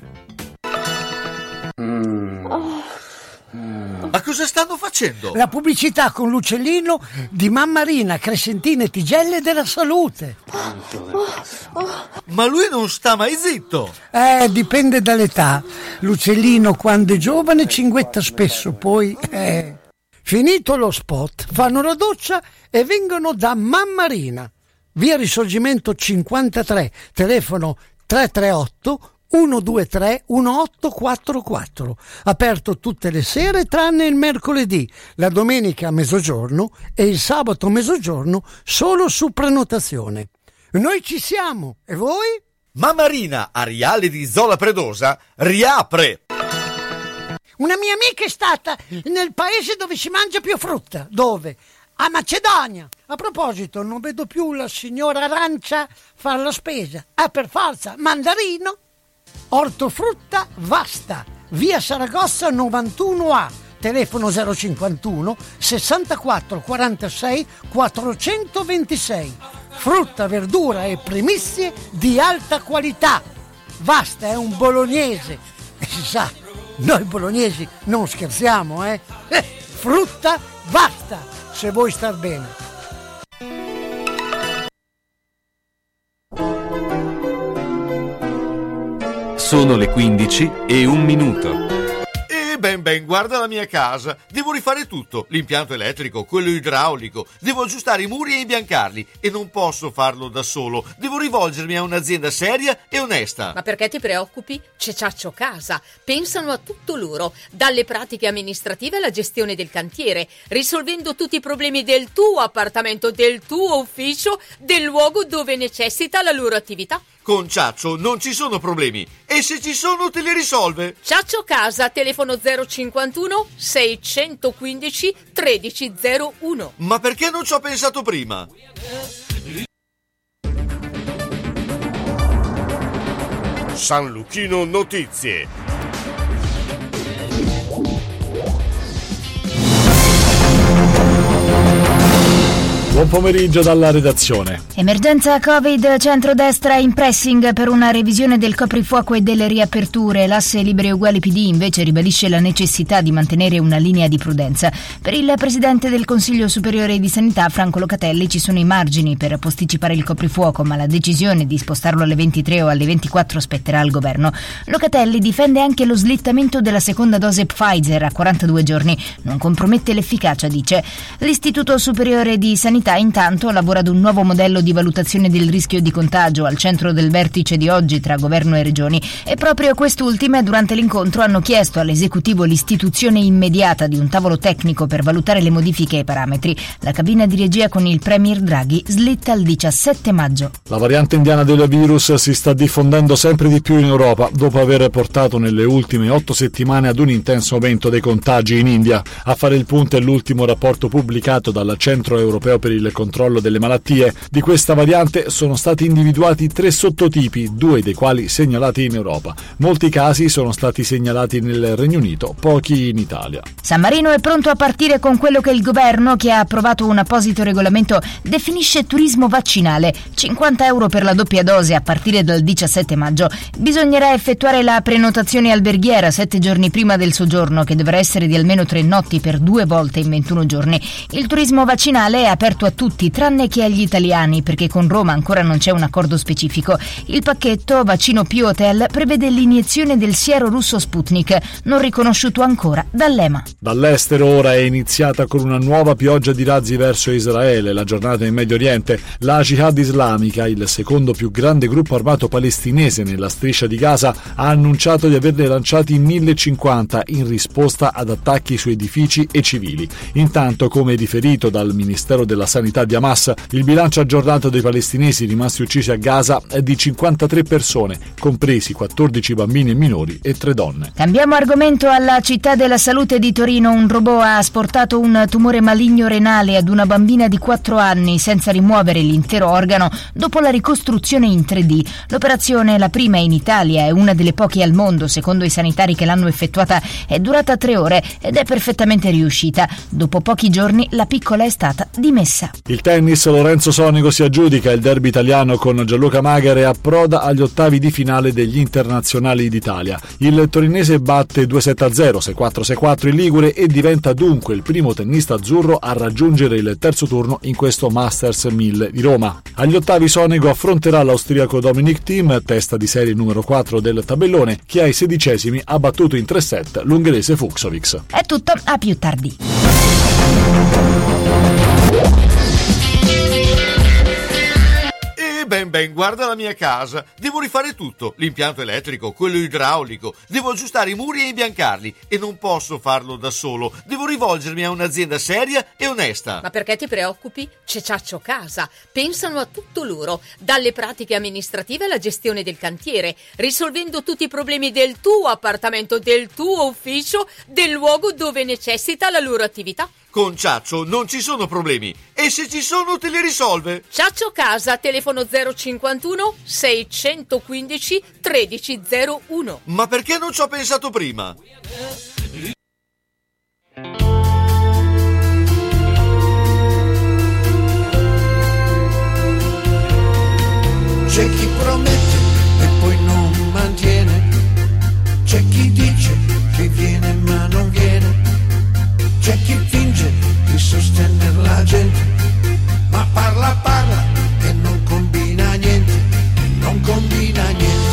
Ma cosa stanno facendo? La pubblicità con l'uccellino di Mammarina, Crescentine e Tigelle della Salute. Ma lui non sta mai zitto. Dipende dall'età. L'uccellino quando è giovane cinguetta spesso, poi... Finito lo spot, fanno la doccia e vengono da Mammarina. Via Risorgimento 53, telefono 338 123 1844. Aperto tutte le sere tranne il mercoledì, la domenica a mezzogiorno e il sabato a mezzogiorno solo su prenotazione. Noi ci siamo, e voi? Mammarina, Ariale di Zola Predosa, riapre! Una mia amica è stata nel paese dove si mangia più frutta. Dove? A Macedonia. A proposito, non vedo più la signora Arancia fare la spesa. Per forza, mandarino. Ortofrutta Vasta, via Saragossa 91A, telefono 051 64 46 426. Frutta, verdura e primizie di alta qualità. Vasta è un bolognese e si sa, noi bolognesi non scherziamo, Frutta Vasta, se vuoi star bene. Sono le 15:01. Ben, guarda la mia casa. Devo rifare tutto, l'impianto elettrico, quello idraulico. Devo aggiustare i muri e imbiancarli e non posso farlo da solo. Devo rivolgermi a un'azienda seria e onesta. Ma perché ti preoccupi? C'è Ciaccio Casa. Pensano a tutto loro, dalle pratiche amministrative alla gestione del cantiere, risolvendo tutti i problemi del tuo appartamento, del tuo ufficio, del luogo dove necessita la loro attività. Con Ciaccio non ci sono problemi e se ci sono te li risolve. Ciaccio Casa, telefono 051 615 1301. Ma perché non ci ho pensato prima? San Luchino Notizie. Buon pomeriggio dalla redazione. Emergenza Covid, centrodestra in pressing per una revisione del coprifuoco e delle riaperture. L'asse Liberi e Uguali PD invece ribadisce la necessità di mantenere una linea di prudenza. Per il Presidente del Consiglio Superiore di Sanità, Franco Locatelli, ci sono i margini per posticipare il coprifuoco, ma la decisione di spostarlo alle 23 o alle 24 spetterà al governo. Locatelli difende anche lo slittamento della seconda dose Pfizer a 42 giorni. Non compromette l'efficacia, dice. L'Istituto Superiore di Sanità intanto lavora ad un nuovo modello di valutazione del rischio di contagio al centro del vertice di oggi tra governo e regioni, e proprio quest'ultime durante l'incontro hanno chiesto all'esecutivo l'istituzione immediata di un tavolo tecnico per valutare le modifiche ai parametri. La cabina di regia con il premier Draghi slitta al 17 maggio. La variante indiana del virus si sta diffondendo sempre di più in Europa dopo aver portato nelle ultime 8 settimane ad un intenso aumento dei contagi in India. A fare il punto è l'ultimo rapporto pubblicato dal Centro Europeo per il controllo delle malattie. Di questa variante sono stati individuati 3 sottotipi, 2 dei quali segnalati in Europa. Molti casi sono stati segnalati nel Regno Unito, pochi in Italia. San Marino è pronto a partire con quello che il governo, che ha approvato un apposito regolamento, definisce turismo vaccinale. 50 euro per la doppia dose a partire dal 17 maggio. Bisognerà effettuare la prenotazione alberghiera 7 giorni prima del soggiorno, che dovrà essere di almeno 3 notti per 2 volte in 21 giorni. Il turismo vaccinale è aperto a tutti, tranne che agli italiani, perché con Roma ancora non c'è un accordo specifico. Il pacchetto Vaccino più Hotel prevede l'iniezione del siero russo Sputnik, non riconosciuto ancora dall'EMA. Dall'estero ora è iniziata con una nuova pioggia di razzi verso Israele. La giornata in Medio Oriente, la Jihad Islamica, il secondo più grande gruppo armato palestinese nella striscia di Gaza, ha annunciato di averne lanciati 1050 in risposta ad attacchi su edifici e civili. Intanto, come riferito dal Ministero della Sanità di Hamas, il bilancio aggiornato dei palestinesi rimasti uccisi a Gaza è di 53 persone, compresi 14 bambini e minori e 3 donne. Cambiamo argomento. Alla Città della Salute di Torino un robot ha asportato un tumore maligno renale ad una bambina di 4 anni senza rimuovere l'intero organo dopo la ricostruzione in 3D. L'operazione, la prima in Italia e una delle poche al mondo, secondo i sanitari che l'hanno effettuata, è durata 3 ore ed è perfettamente riuscita. Dopo pochi giorni la piccola è stata dimessa. Il tennis, Lorenzo Sonego si aggiudica il derby italiano con Gianluca Magare e approda agli ottavi di finale degli internazionali d'Italia. Il torinese batte 2-7-0, 6-4-6-4 in Ligure e diventa dunque il primo tennista azzurro a raggiungere il terzo turno in questo Masters 1000 di Roma. Agli ottavi Sonego affronterà l'austriaco Dominic Thiem, testa di serie numero 4 del tabellone, che ai 16esimi ha battuto in 3 set l'ungherese Fucsovics. È tutto, a più tardi. Ben, guarda la mia casa. Devo rifare tutto, l'impianto elettrico, quello idraulico. Devo aggiustare i muri e imbiancarli e non posso farlo da solo. Devo rivolgermi a un'azienda seria e onesta. Ma perché ti preoccupi? C'è Ciaccio Casa. Pensano a tutto loro, dalle pratiche amministrative alla gestione del cantiere, risolvendo tutti i problemi del tuo appartamento, del tuo ufficio, del luogo dove necessita la loro attività. Con Ciaccio non ci sono problemi e se ci sono te li risolve. Ciaccio Casa, telefono 051 615 1301. Ma perché non ci ho pensato prima? C'è chi promette e poi non mantiene, c'è chi dice che viene ma non viene, c'è chi finge di sostenere la gente, ma parla e non combina niente, non combina niente.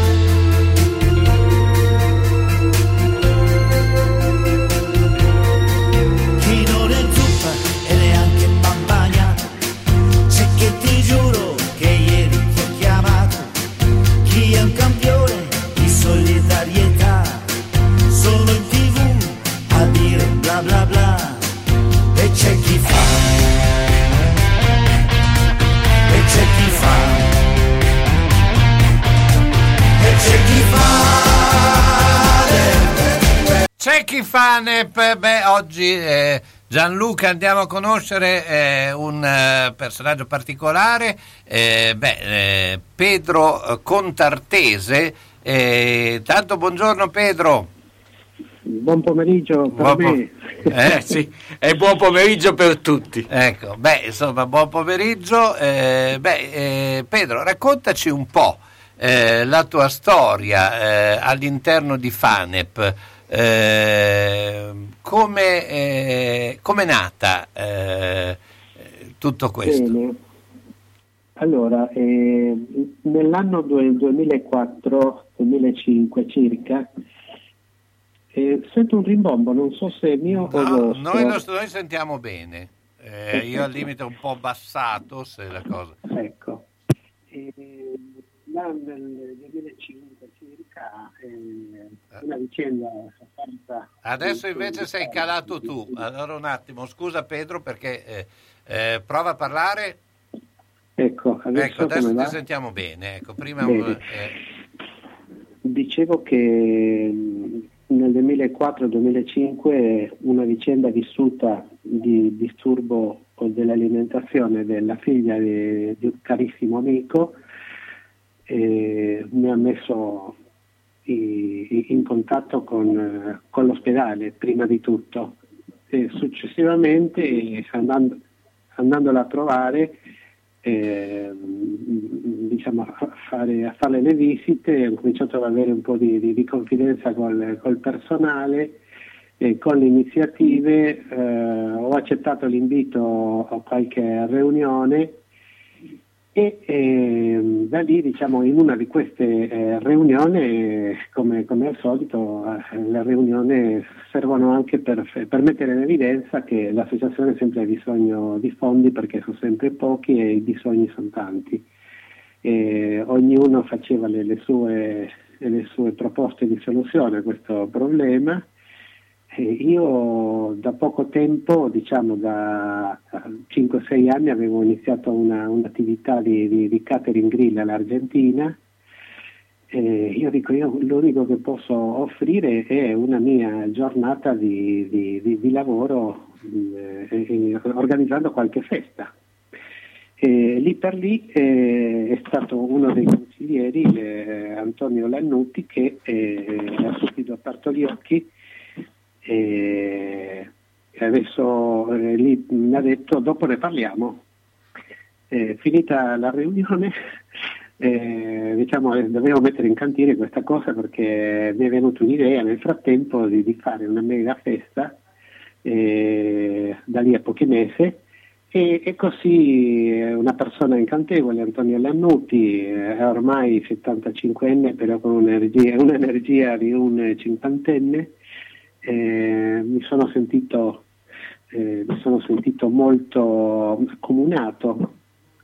Chi non è zuppa e neanche bambagnato, c'è che ti giuro che ieri ti ho chiamato, chi è un campione di solidarietà, sono in TV a dire bla bla bla, e c'è chi fa, e c'è chi fa, e c'è chi fa. C'è chi fa oggi Gianluca andiamo a conoscere un personaggio particolare, Pedro Contartese. Tanto buongiorno Pedro. Buon pomeriggio per me. Sì, e buon pomeriggio per tutti. Ecco, insomma, buon pomeriggio. Pedro, raccontaci un po' la tua storia all'interno di FANEP. Come è nata tutto questo? Bene. Allora, nell'anno 2004-2005 circa, sento un rimbombo, non so se è mio o vostro. Noi sentiamo bene, io al limite un po' abbassato se la cosa. Ecco, là nel 2005 circa una vicenda abbastanza... Adesso invece sei calato tu, allora un attimo, scusa Pedro perché prova a parlare. Ecco, adesso ti sentiamo bene. Ecco, prima bene. Dicevo che nel 2004-2005 una vicenda vissuta di disturbo dell'alimentazione della figlia di un carissimo amico mi ha messo in contatto con l'ospedale prima di tutto, e successivamente andandola a trovare a fare le visite, ho cominciato ad avere un po' di confidenza col personale, con le iniziative, ho accettato l'invito a qualche riunione e da lì in una di queste riunioni, come al solito, le riunioni servono anche per mettere in evidenza che l'associazione sempre ha bisogno di fondi perché sono sempre pochi e i bisogni sono tanti. Ognuno faceva le sue proposte di soluzione a questo problema. Io da poco tempo, da 5-6 anni, avevo iniziato un'attività di catering grill all'Argentina. Io dico, l'unico che posso offrire è una mia giornata di lavoro organizzando qualche festa. Lì per lì è stato uno dei consiglieri, Antonio Lannutti, che ha subito aperto gli occhi e adesso lì mi ha detto dopo ne parliamo. Finita la riunione dovevo mettere in cantiere questa cosa perché mi è venuta un'idea nel frattempo di fare una mega festa da lì a pochi mesi. E così una persona incantevole, Antonio Lannutti, è ormai 75enne, però con un'energia di un cinquantenne, mi sono sentito molto accomunato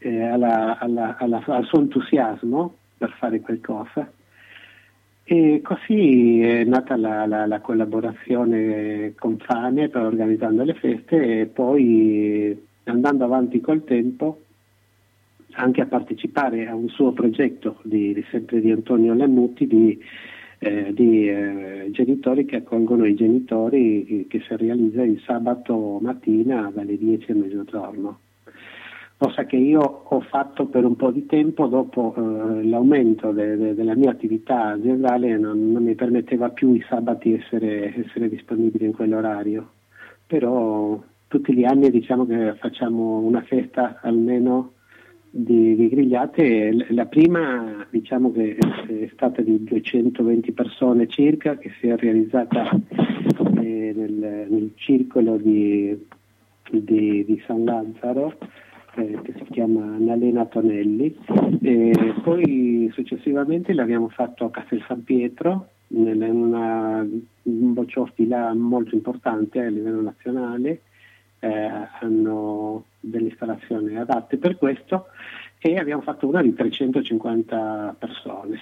al suo entusiasmo per fare qualcosa. E così è nata la collaborazione con FANEP organizzando le feste e poi andando avanti col tempo anche a partecipare a un suo progetto sempre di Antonio Lannutti di genitori che accolgono i genitori, che si realizza il sabato mattina dalle 10 a mezzogiorno, cosa che io ho fatto per un po' di tempo. Dopo l'aumento della mia attività aziendale non mi permetteva più i sabati essere disponibile in quell'orario, però tutti gli anni che facciamo una festa almeno di grigliate. La prima che è stata di 220 persone circa, che si è realizzata nel circolo di San Lazzaro, che si chiama Nalena Tonelli, e poi successivamente l'abbiamo fatto a Castel San Pietro, in un boccioffi là molto importante a livello nazionale. Hanno delle installazioni adatte per questo, e abbiamo fatto una di 350 persone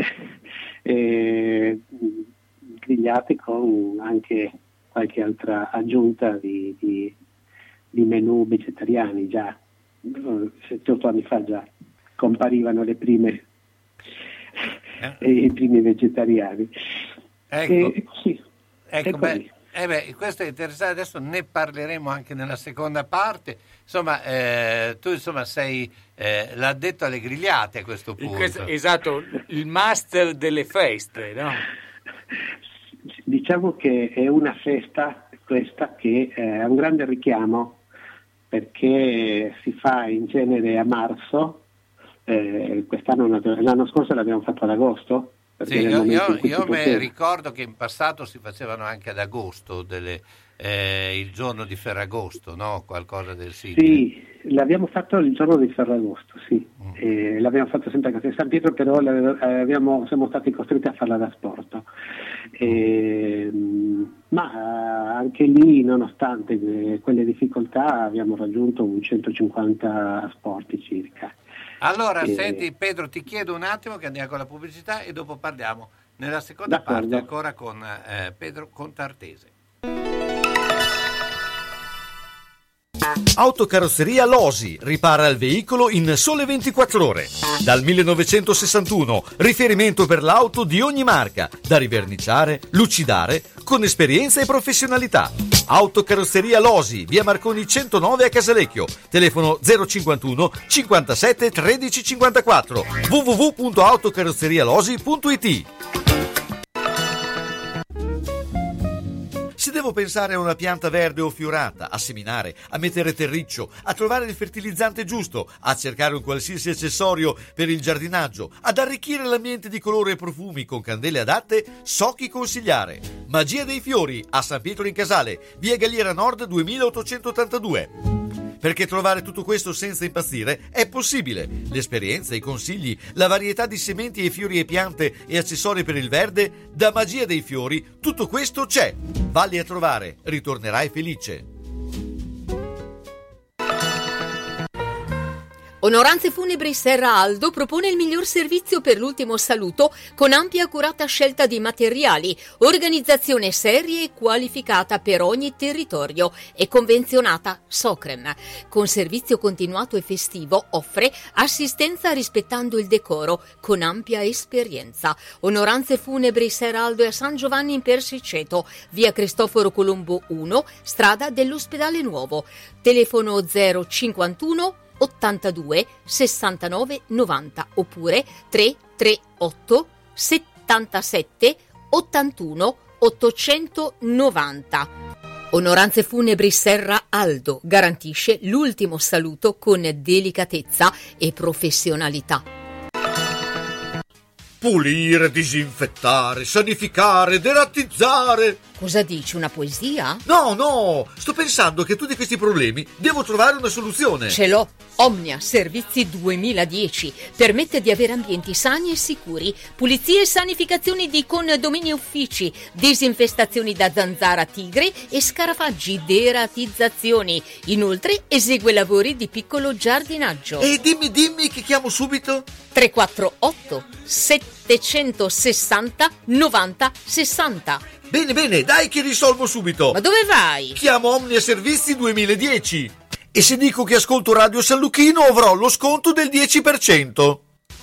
grigliate con anche qualche altra aggiunta di menù vegetariani. Già 7-8 anni fa già comparivano i primi vegetariani. Questo è interessante, adesso ne parleremo anche nella seconda parte. Insomma, tu sei l'addetto alle grigliate a questo punto. Esatto, il master delle feste, no? Diciamo che è una festa questa che ha un grande richiamo, perché si fa in genere a marzo, l'anno scorso l'abbiamo fatto ad agosto. Sì, io mi ricordo che in passato si facevano anche ad agosto il giorno di Ferragosto, no? Qualcosa del simile. Sì, l'abbiamo fatto il giorno di Ferragosto, sì. L'abbiamo fatto sempre a Castel San Pietro, però siamo stati costretti a farla da sport. Ma anche lì, nonostante quelle difficoltà, abbiamo raggiunto un 150 asporti circa. Allora, senti Pedro, ti chiedo un attimo che andiamo con la pubblicità e dopo parliamo nella seconda parte ancora con Pedro Contartese. Autocarrozzeria Losi ripara il veicolo in sole 24 ore. Dal 1961, riferimento per l'auto di ogni marca, da riverniciare, lucidare, con esperienza e professionalità. Autocarrozzeria Losi, via Marconi 109 a Casalecchio, telefono 051 57 13 54, www.autocarrozzerialosi.it. Se devo pensare a una pianta verde o fiorata, a seminare, a mettere terriccio, a trovare il fertilizzante giusto, a cercare un qualsiasi accessorio per il giardinaggio, ad arricchire l'ambiente di colori e profumi con candele adatte, so chi consigliare. Magia dei Fiori, a San Pietro in Casale, via Galliera Nord 2882. Perché trovare tutto questo senza impazzire è possibile. L'esperienza, i consigli, la varietà di sementi e fiori e piante e accessori per il verde, da Magia dei Fiori, tutto questo c'è. Valli a trovare, ritornerai felice. Onoranze Funebri Serra Aldo propone il miglior servizio per l'ultimo saluto con ampia e accurata scelta di materiali, organizzazione seria e qualificata per ogni territorio e convenzionata Socrem. Con servizio continuato e festivo offre assistenza rispettando il decoro con ampia esperienza. Onoranze Funebri Serra Aldo è a San Giovanni in Persiceto, via Cristoforo Colombo 1, strada dell'Ospedale Nuovo. Telefono 051 82 69 90 oppure 338 77 81 890. Onoranze Funebri Serra Aldo garantisce l'ultimo saluto con delicatezza e professionalità. Pulire, disinfettare, sanificare, derattizzare. Cosa dici, una poesia? No, sto pensando che a tutti questi problemi devo trovare una soluzione. Ce l'ho. Omnia Servizi 2010 permette di avere ambienti sani e sicuri, pulizie e sanificazioni di condomini e uffici, disinfestazioni da zanzara tigre e scarafaggi, deratizzazioni. Inoltre esegue lavori di piccolo giardinaggio. E dimmi che chiamo subito. 348 760 90 60. Bene, dai che risolvo subito. Ma dove vai? Chiamo Omnia Servizi 2010. E se dico che ascolto Radio San Luchino avrò lo sconto del 10%.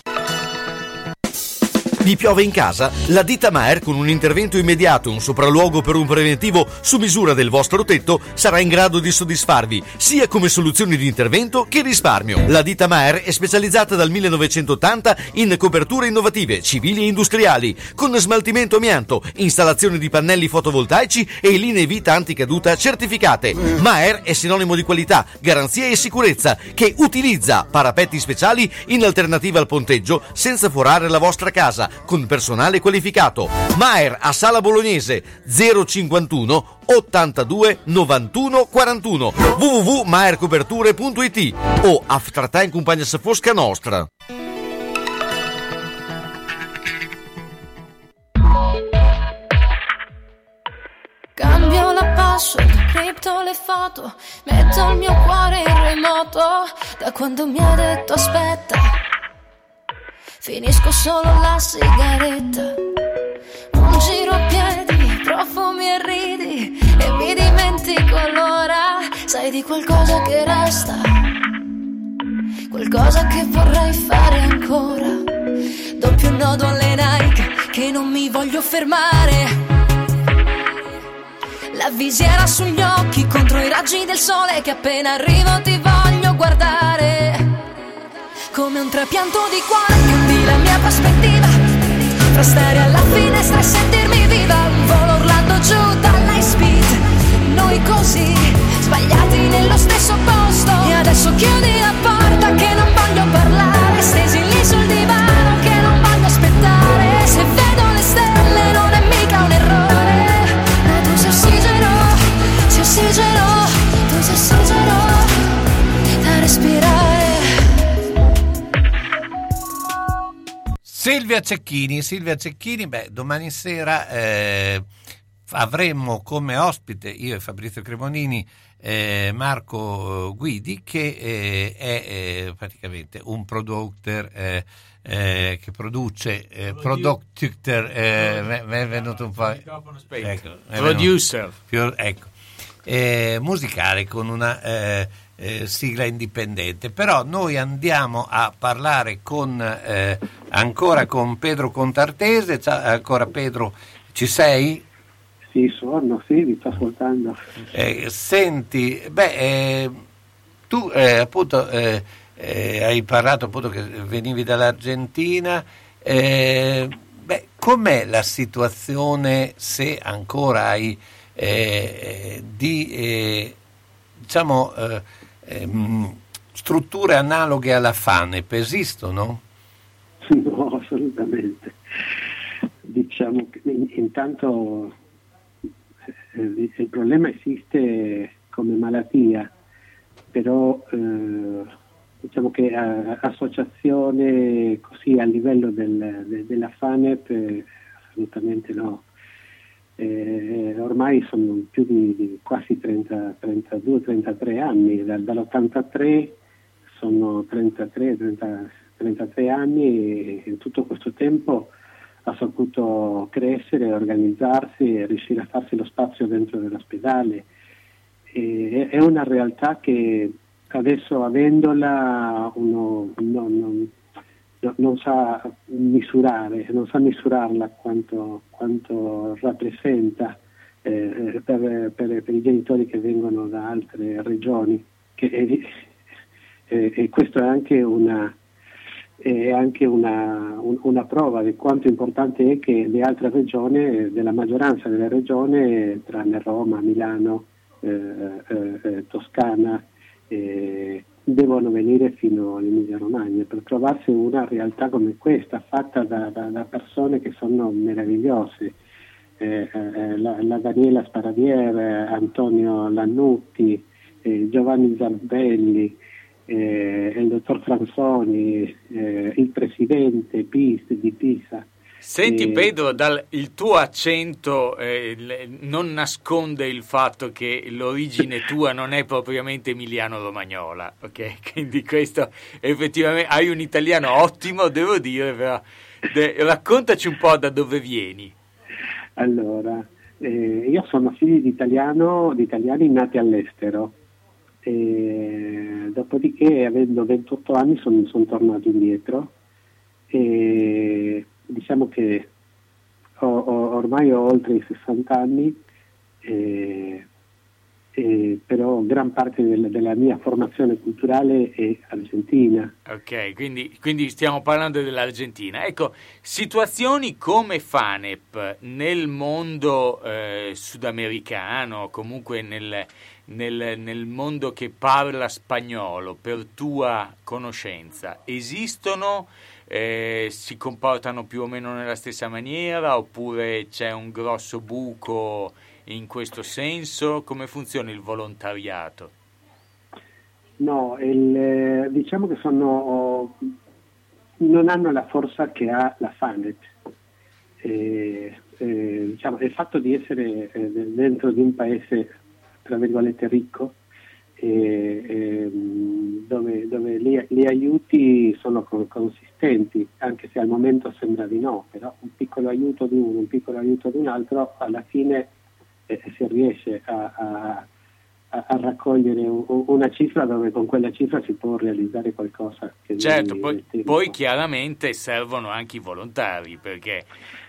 Vi piove in casa? La ditta Maer, con un intervento immediato e un sopralluogo per un preventivo su misura del vostro tetto, sarà in grado di soddisfarvi sia come soluzioni di intervento che risparmio. La ditta Maer è specializzata dal 1980 in coperture innovative, civili e industriali, con smaltimento amianto, installazione di pannelli fotovoltaici e linee vita anticaduta certificate. Maer è sinonimo di qualità, garanzia e sicurezza, che utilizza parapetti speciali in alternativa al ponteggio senza forare la vostra casa, con personale qualificato. Maer a Sala Bolognese 051 82 91 41, www.maercoperture.it o Aftrata in compagnia sa fosca nostra. Cambio la password, cripto le foto, metto il mio cuore in remoto. Da quando mi hai detto aspetta, finisco solo la sigaretta. Un giro a piedi, profumi e ridi, e mi dimentico allora. Sai di qualcosa che resta, qualcosa che vorrei fare ancora. Doppio nodo alle Nike, che non mi voglio fermare. La visiera sugli occhi contro i raggi del sole, che appena arrivo ti voglio guardare. Come un trapianto di cuore cambi la mia prospettiva, fra stare alla finestra e sentirmi viva. Volo Silvia Cecchini, domani sera avremo come ospite io e Fabrizio Cremonini Marco Guidi, che è praticamente un producer che produce producer mi è venuto un po', ecco, producer musicale con una sigla indipendente. Però noi andiamo a parlare ancora con Pedro Contartese. Ancora Pedro, ci sei? Sì, vi sto ascoltando. Senti, tu appunto hai parlato appunto che venivi dall'Argentina, com'è la situazione, se ancora hai strutture analoghe alla FANEP, esistono? No, assolutamente. Diciamo che intanto il problema esiste come malattia, però diciamo che associazione così a livello della FANEP assolutamente no. Ormai sono più di quasi 32-33 anni, dall'83 sono 33 anni, e in tutto questo tempo ha saputo crescere, organizzarsi e riuscire a farsi lo spazio dentro dell'ospedale. È una realtà che adesso, avendola, uno non sa misurarla quanto rappresenta per i genitori che vengono da altre regioni, e questo è anche una prova di quanto importante è che le altre regioni, della maggioranza delle regioni, tranne Roma, Milano, Toscana, devono venire fino all'Emilia Romagna per trovarsi una realtà come questa, fatta da persone che sono meravigliose. La Daniela Sparadier, Antonio Lannutti, Giovanni Zambelli, il dottor Franzoni, il presidente di Pisa. Senti Pedro, il tuo accento non nasconde il fatto che l'origine tua non è propriamente emiliano-romagnola, ok? Quindi questo effettivamente, hai un italiano ottimo, devo dire, però raccontaci un po' da dove vieni. Allora, io sono figlio di italiani nati all'estero, dopodiché, avendo 28 anni, sono tornato indietro, e diciamo che ormai ho oltre i 60 anni, però gran parte della mia formazione culturale è argentina. Ok, quindi stiamo parlando dell'Argentina. Ecco, situazioni come FANEP nel mondo sudamericano, comunque nel mondo che parla spagnolo, per tua conoscenza, esistono? Si comportano più o meno nella stessa maniera, oppure c'è un grosso buco in questo senso? Come funziona il volontariato? No, diciamo che non hanno la forza che ha la FANEP. Diciamo, il fatto di essere dentro di un paese, tra virgolette, ricco, dove gli aiuti sono consistenti, anche se al momento sembra di no, però un piccolo aiuto di uno, un piccolo aiuto di un altro, alla fine si riesce a raccogliere una cifra dove con quella cifra si può realizzare qualcosa. Certo, poi chiaramente servono anche i volontari, perché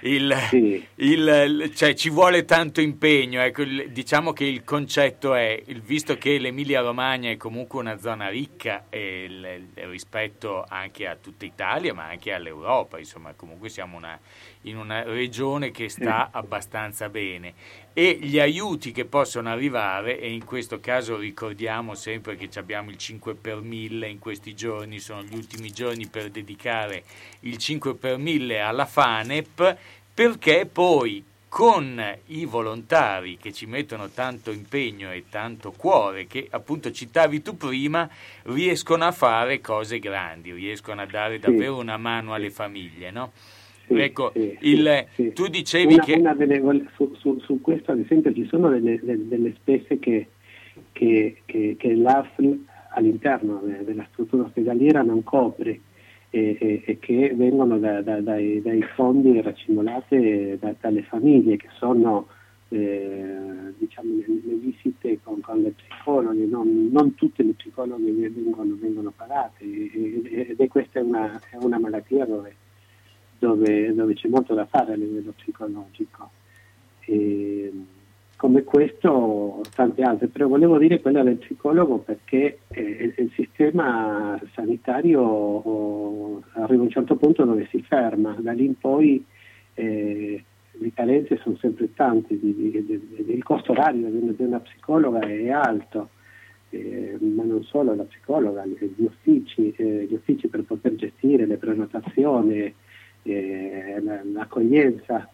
cioè, ci vuole tanto impegno. Ecco, diciamo che il concetto è, visto che l'Emilia Romagna è comunque una zona ricca rispetto anche a tutta Italia, ma anche all'Europa, insomma, comunque siamo in una regione che sta abbastanza bene, e gli aiuti che possono arrivare, e in questo caso ricordiamo sempre che abbiamo il 5 per 1000 in questi giorni, sono gli ultimi giorni per dedicare il 5 per 1000 alla FANEP, perché poi con i volontari che ci mettono tanto impegno e tanto cuore, che appunto citavi tu prima, riescono a fare cose grandi, riescono a dare davvero una mano alle famiglie, no? Ecco, tu dicevi su questo ad esempio ci sono delle spese che l'ASL all'interno della struttura ospedaliera non copre e che vengono dai fondi racimolati dalle famiglie, che sono diciamo le visite con le psicologhe. Non tutte le psicologhe vengono pagate ed questa è una malattia dove c'è molto da fare a livello psicologico. Come questo tante altre, però volevo dire quella del psicologo perché il sistema sanitario arriva a un certo punto dove si ferma, da lì in poi le carenze sono sempre tante, il costo orario di una psicologa è alto, ma non solo la psicologa, gli uffici per poter gestire le prenotazioni, l'accoglienza,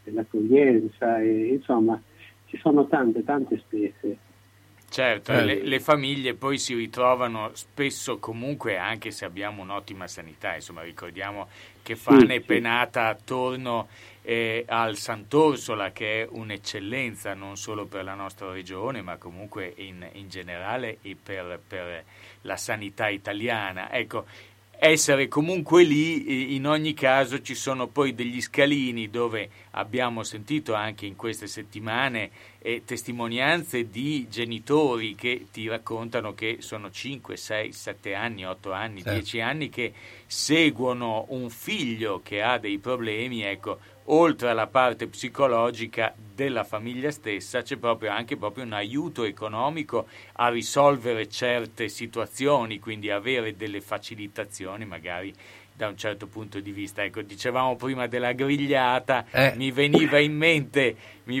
insomma ci sono tante spese. Certo, le famiglie poi si ritrovano spesso comunque, anche se abbiamo un'ottima sanità, insomma ricordiamo che Fane è penata attorno al Sant'Orsola, che è un'eccellenza non solo per la nostra regione ma comunque in generale e per la sanità italiana. Ecco, essere comunque lì, in ogni caso ci sono poi degli scalini dove abbiamo sentito anche in queste settimane testimonianze di genitori che ti raccontano che sono 5, 6, 7 anni, 8 anni, 10 anni che seguono un figlio che ha dei problemi, ecco, oltre alla parte psicologica della famiglia stessa c'è anche un aiuto economico a risolvere certe situazioni, quindi avere delle facilitazioni magari da un certo punto di vista. Ecco, dicevamo prima della grigliata, mi veniva in mente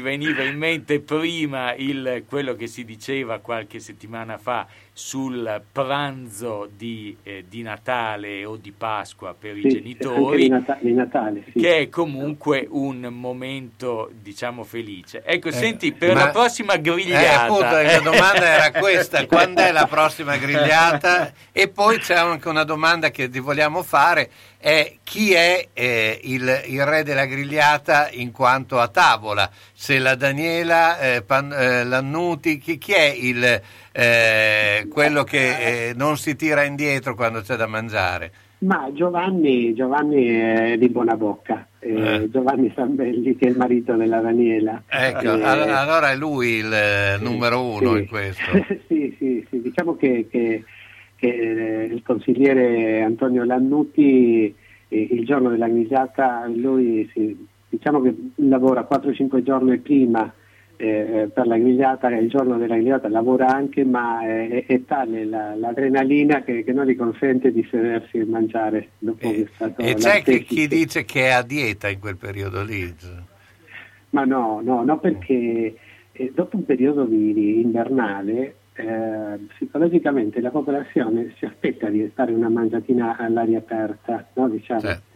prima quello che si diceva qualche settimana fa sul pranzo di Natale o di Pasqua per i genitori, di Natale, che è comunque un momento, diciamo, felice. Ecco, senti, per la prossima grigliata, appunto, la domanda era questa: quando è la prossima grigliata? E poi c'è anche una domanda che ti vogliamo fare, è chi è il re della grigliata in quanto a tavola? Se la Daniela, Lannuti, chi è quello che non si tira indietro quando c'è da mangiare? Ma Giovanni è di buona bocca, Giovanni Sambelli, che è il marito della Daniela. Ecco, allora è lui il numero uno in questo. Sì, diciamo che il consigliere Antonio Lannuti il giorno della grigliata lui diciamo che lavora 4-5 giorni prima per la grigliata, e il giorno della grigliata lavora anche, ma è tale l'adrenalina che non gli consente di sedersi e mangiare dopo che è stato. E c'è chi dice che è a dieta in quel periodo lì? Ma no, perché dopo un periodo di invernale psicologicamente la popolazione si aspetta di stare una mangiatina all'aria aperta, no? Diciamo. Certo.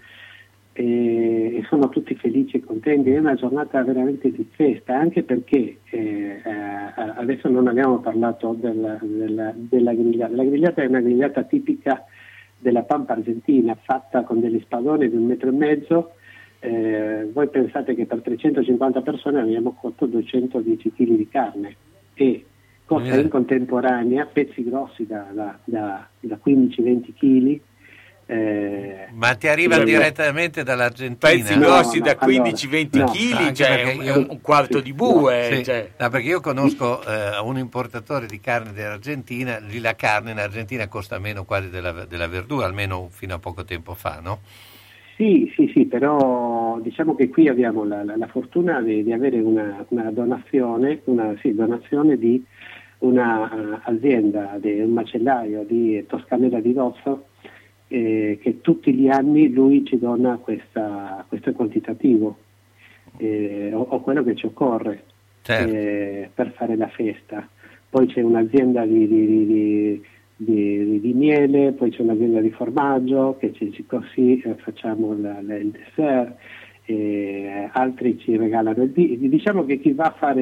E sono tutti felici e contenti, è una giornata veramente di festa, anche perché adesso non abbiamo parlato della grigliata. La grigliata è una grigliata tipica della Pampa argentina, fatta con degli spadoni di 1,5 metri. Voi pensate che per 350 persone abbiamo cotto 210 kg di carne e costa in contemporanea pezzi grossi da 15-20 kg. Ma ti arriva direttamente dall'Argentina? Pezzi grossi da 15-20 kg, cioè un quarto di bue. No, perché io conosco un importatore di carne dell'Argentina, lì la carne in Argentina costa meno quasi della verdura, almeno fino a poco tempo fa, no? Sì, però diciamo che qui abbiamo la fortuna di avere una donazione di una azienda, di un macellaio di Toscanera di Dosso, che tutti gli anni lui ci dona questo quantitativo o quello che ci occorre per fare la festa. Poi c'è un'azienda di miele, poi c'è un'azienda di formaggio che così facciamo il dessert, altri ci regalano diciamo che chi va a fare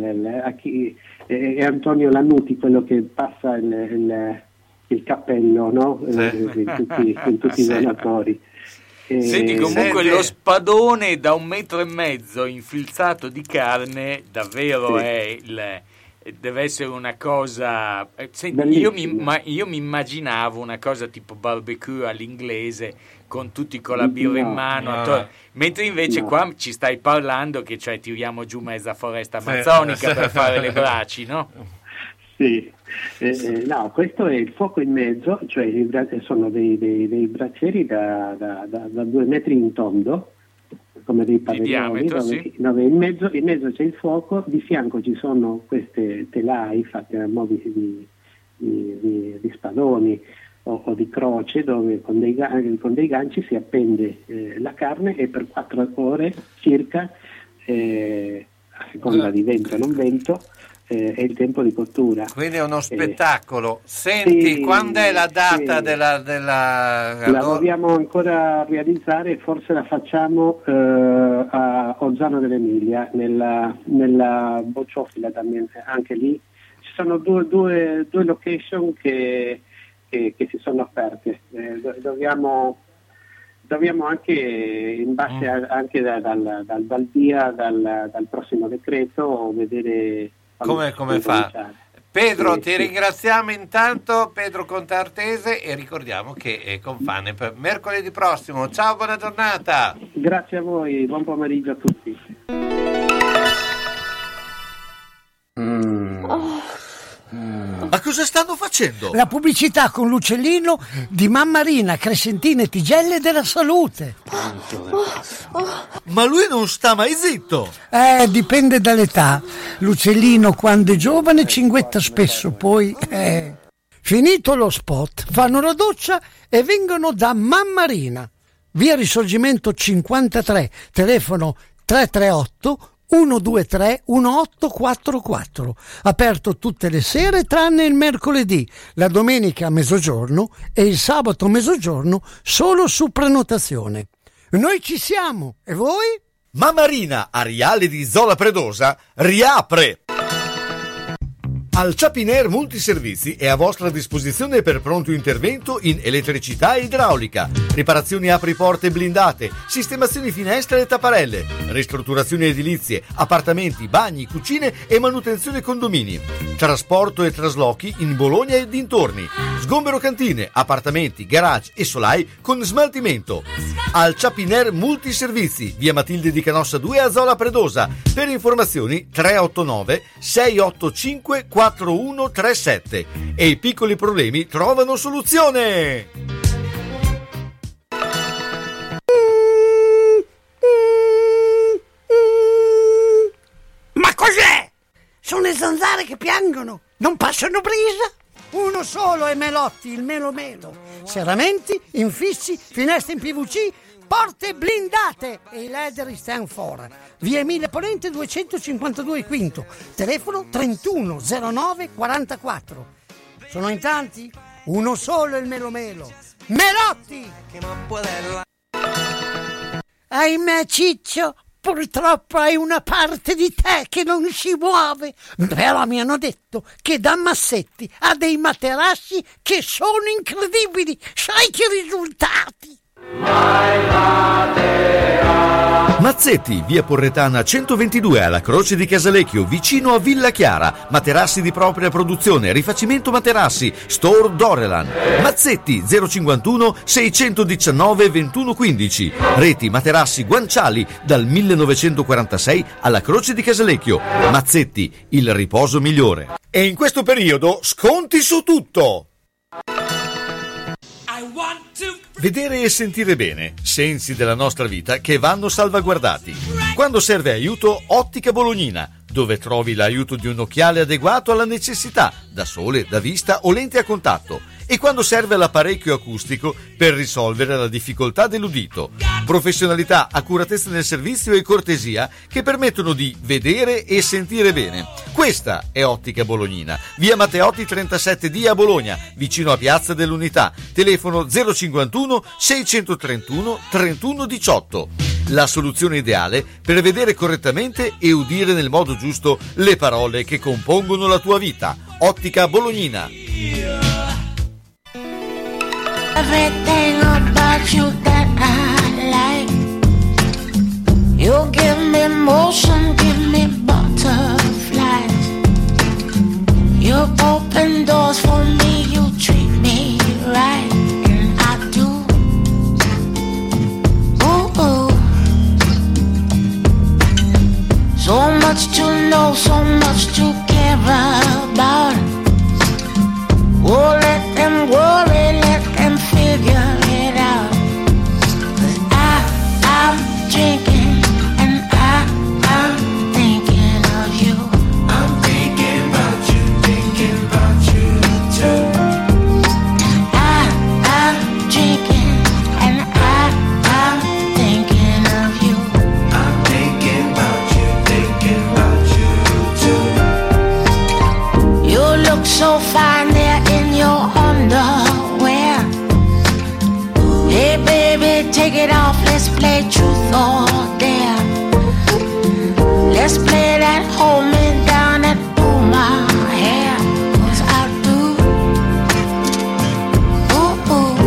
è Antonio Lannuti quello che passa il cappello, no? In tutti i donatori. Senti, comunque lo spadone da 1,5 metri infilzato di carne davvero deve essere una cosa. Senti, io mi immaginavo una cosa tipo barbecue all'inglese, con tutti con la birra in mano, mentre invece qua ci stai parlando che tiriamo giù mezza foresta amazzonica per fare le braci, no? Sì, no, questo è il fuoco in mezzo, cioè sono dei bracieri da 2 metri in tondo, come dei padiglioni, dove in mezzo c'è il fuoco, di fianco ci sono queste telai fatte a modo di spadoni o di croce, dove con dei ganci si appende la carne e per 4 ore circa, a seconda di vento o non vento, è il tempo di cottura. Quindi è uno spettacolo. Senti, quando è la data della la dobbiamo ancora realizzare, forse la facciamo a Ozzano dell'Emilia, nella Bocciofila también, anche lì ci sono due location che si sono aperte. Dobbiamo anche, in base anche dal via, dal prossimo decreto, vedere come fa. Pedro, ti ringraziamo intanto, Pedro Contartese, e ricordiamo che è Confane per mercoledì prossimo. Ciao, buona giornata. Grazie a voi, buon pomeriggio a tutti. Ma cosa stanno facendo? La pubblicità con l'uccellino di Mammarina, Crescentina e Tigelle della Salute. Ma lui non sta mai zitto. Dipende dall'età. L'uccellino quando è giovane cinguetta spesso, poi finito lo spot fanno la doccia e vengono da Mammarina. Via Risorgimento 53, telefono 338 123 1844, aperto tutte le sere tranne il mercoledì, la domenica a mezzogiorno e il sabato a mezzogiorno solo su prenotazione. Noi ci siamo, e voi? Mammarina, Ariale di Zola Predosa, riapre! Al Chapiner Multiservizi è a vostra disposizione per pronto intervento in elettricità e idraulica, riparazioni apri-porte blindate, sistemazioni finestre e tapparelle, ristrutturazioni edilizie, appartamenti, bagni, cucine e manutenzione condomini, trasporto e traslochi in Bologna e dintorni, sgombero cantine, appartamenti, garage e solai con smaltimento. Al Chapiner Multiservizi, via Matilde di Canossa 2 a Zola Predosa. Per informazioni 389 685 4137 e i piccoli problemi trovano soluzione. Ma cos'è? Sono le zanzare che piangono, non passano brisa? Uno solo è Melotti, il Melo Melo. Serramenti, infissi, finestre in PVC, porte blindate e i leder stand for. Via Emile Ponente 252 Quinto, telefono 31 09 44. Sono in tanti? Uno solo è il Melo Melo. Melotti! Ahimè Ciccio, purtroppo hai una parte di te che non si muove, però mi hanno detto che da Massetti ha dei materassi che sono incredibili. Sai che risultati? Mazzetti, via Porretana 122 alla Croce di Casalecchio, vicino a Villa Chiara. Materassi di propria produzione, rifacimento materassi, Store Dorelan. Mazzetti 051 619 2115. Reti materassi guanciali dal 1946 alla Croce di Casalecchio. Mazzetti, il riposo migliore. E in questo periodo sconti su tutto. Vedere e sentire bene, sensi della nostra vita che vanno salvaguardati. Quando serve aiuto, Ottica Bolognina, dove trovi l'aiuto di un occhiale adeguato alla necessità, da sole, da vista o lente a contatto. E quando serve l'apparecchio acustico per risolvere la difficoltà dell'udito. Professionalità, accuratezza nel servizio e cortesia che permettono di vedere e sentire bene. Questa è Ottica Bolognina, via Matteotti 37D a Bologna, vicino a Piazza dell'Unità, telefono 051 631 3118. La soluzione ideale per vedere correttamente e udire nel modo giusto le parole che compongono la tua vita. Ottica Bolognina. Everything about you that I You give me motion, give me butterflies. You open doors for me, you treat me right, and I do. Ooh, ooh. So much to know, so much to care about. Oh, let them worry, let them figure it out. 'Cause I'm drinking and I'm thinking of you. I'm thinking about you too. I'm drinking and I'm thinking of you. I'm thinking about you too. You look so fine there in your underwear. Hey baby, take it off, let's play truth or dare. Let's play that hold me down and pull my hair. 'Cause I do. Ooh, ooh.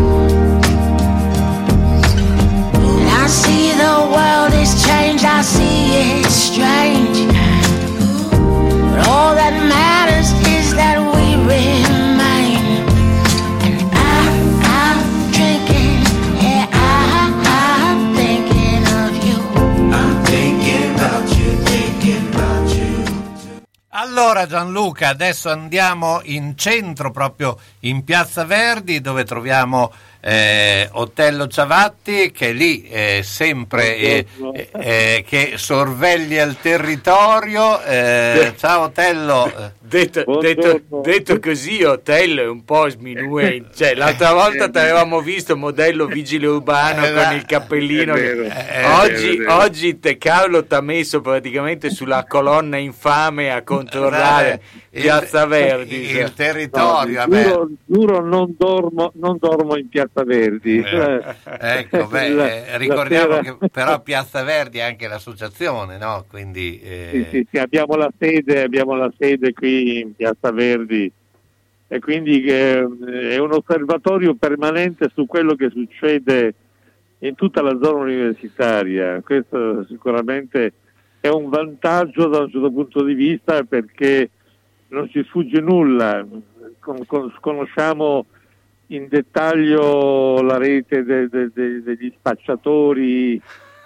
And I see the world is changed, I see it's strange. But all that matters is that we remain. And I'm drinking, yeah, I'm thinking of you. I'm thinking about you, thinking about you. Allora Gianluca, adesso andiamo in centro, proprio in Piazza Verdi, dove troviamo Otello Ciavatti, che è lì sempre che sorveglia il territorio. Ciao Otello. Detto così, Otello è un po' sminuente. Cioè, l'altra volta ti avevamo visto modello vigile urbano con il cappellino. Oggi Carlo ti ha messo praticamente sulla colonna infame a controllare Piazza Verdi. Il territorio. Giuro, non dormo in Piazza Verdi. Ecco, ricordiamo che però Piazza Verdi è anche l'associazione, no? Quindi sì, abbiamo la sede qui in Piazza Verdi, e quindi è un osservatorio permanente su quello che succede in tutta la zona universitaria. Questo sicuramente è un vantaggio da un certo punto di vista, perché non ci sfugge nulla. Conosciamo in dettaglio la rete degli spacciatori.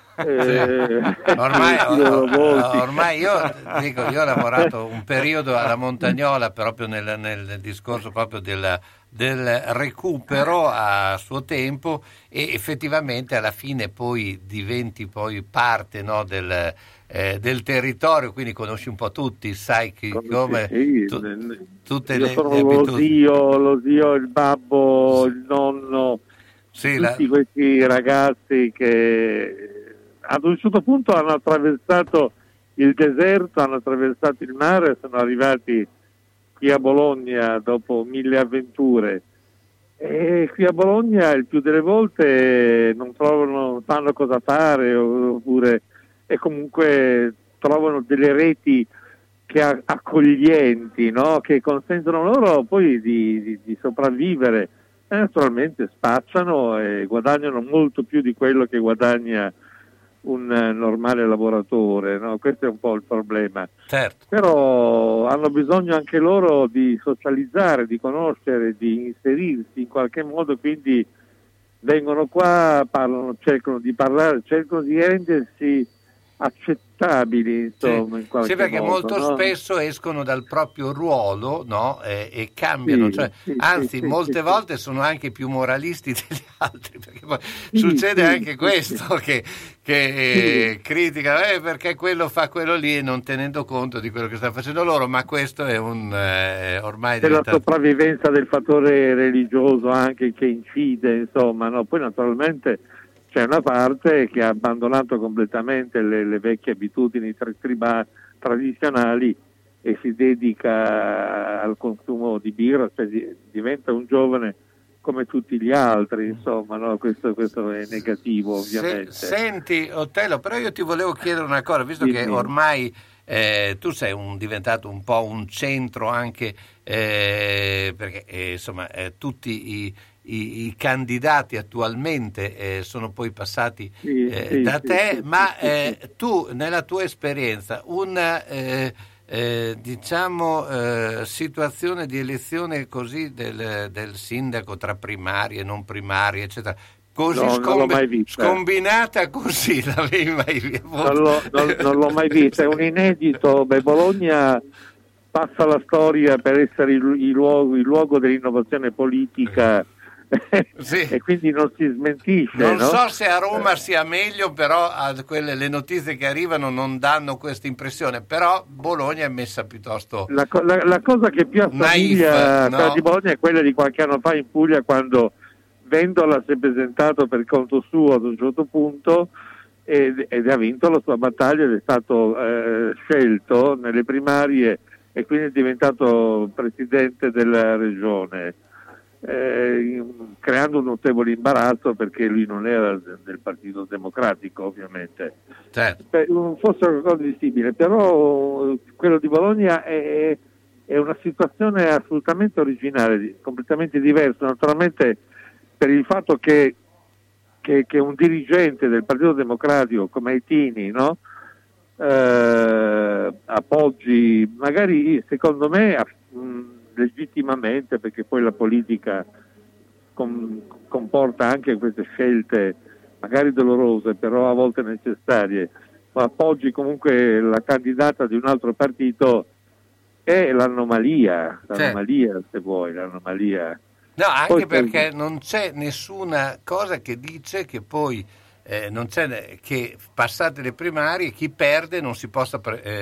Ormai io ho lavorato un periodo alla Montagnola proprio nel discorso proprio del recupero a suo tempo, e effettivamente alla fine poi diventi poi parte, no, del territorio, quindi conosci un po' tutti, sai che come tutte io le sono abitudini. lo zio, il babbo, il nonno, tutti questi ragazzi che ad un certo punto hanno attraversato il deserto, hanno attraversato il mare, sono arrivati qui a Bologna dopo 1000 avventure, e qui a Bologna il più delle volte non sanno cosa fare, oppure e comunque trovano delle reti accoglienti, no? Che consentono loro poi di sopravvivere, e naturalmente spacciano e guadagnano molto più di quello che guadagna un normale lavoratore, no? Questo è un po' il problema. Certo. Però hanno bisogno anche loro di socializzare, di conoscere, di inserirsi in qualche modo, quindi vengono qua, cercano di parlare, cercano di rendersi accettabili, insomma, in qualche sì, perché modo, molto no? spesso escono dal proprio ruolo, no? E cambiano, anzi molte volte sono anche più moralisti degli altri, perché poi succede anche questo, che critica perché quello fa quello lì, e non tenendo conto di quello che stanno facendo loro, ma questo è ormai c'è la sopravvivenza del fattore religioso anche che incide, insomma, no? Poi naturalmente c'è una parte che ha abbandonato completamente le vecchie abitudini tradizionali e si dedica al consumo di birra, cioè diventa un giovane come tutti gli altri, insomma, no? Questo è negativo, ovviamente. Senti Otello, però io ti volevo chiedere una cosa, visto che ormai tu sei diventato un po' un centro anche perché insomma tutti i candidati attualmente sono poi passati da te, ma tu nella tua esperienza una situazione di elezione così del sindaco tra primarie e non primarie eccetera, così non l'ho mai vista. Scombinata così, l'avevi mai vista? Non l'ho mai vista, è un inedito. Bologna passa la storia per essere il luogo dell'innovazione politica. Sì. E quindi non si smentisce. Non so se a Roma sia meglio, però le notizie che arrivano non danno questa impressione, però Bologna è messa piuttosto la cosa che più assomiglia di Bologna è quella di qualche anno fa in Puglia, quando Vendola si è presentato per conto suo ad un certo punto ed ha vinto la sua battaglia ed è stato scelto nelle primarie e quindi è diventato presidente della regione, creando un notevole imbarazzo perché lui non era del Partito Democratico, ovviamente. Certo. Forse qualcosa di simile, però quello di Bologna è una situazione assolutamente originale, completamente diversa, naturalmente per il fatto che un dirigente del Partito Democratico come Aitini, no? Appoggi, magari secondo me legittimamente, perché poi la politica comporta anche queste scelte magari dolorose, però a volte necessarie, ma appoggi comunque la candidata di un altro partito, è l'anomalia, se vuoi, l'anomalia. No, anche perché non c'è nessuna cosa che dice che poi non c'è che passate le primarie chi perde non si possa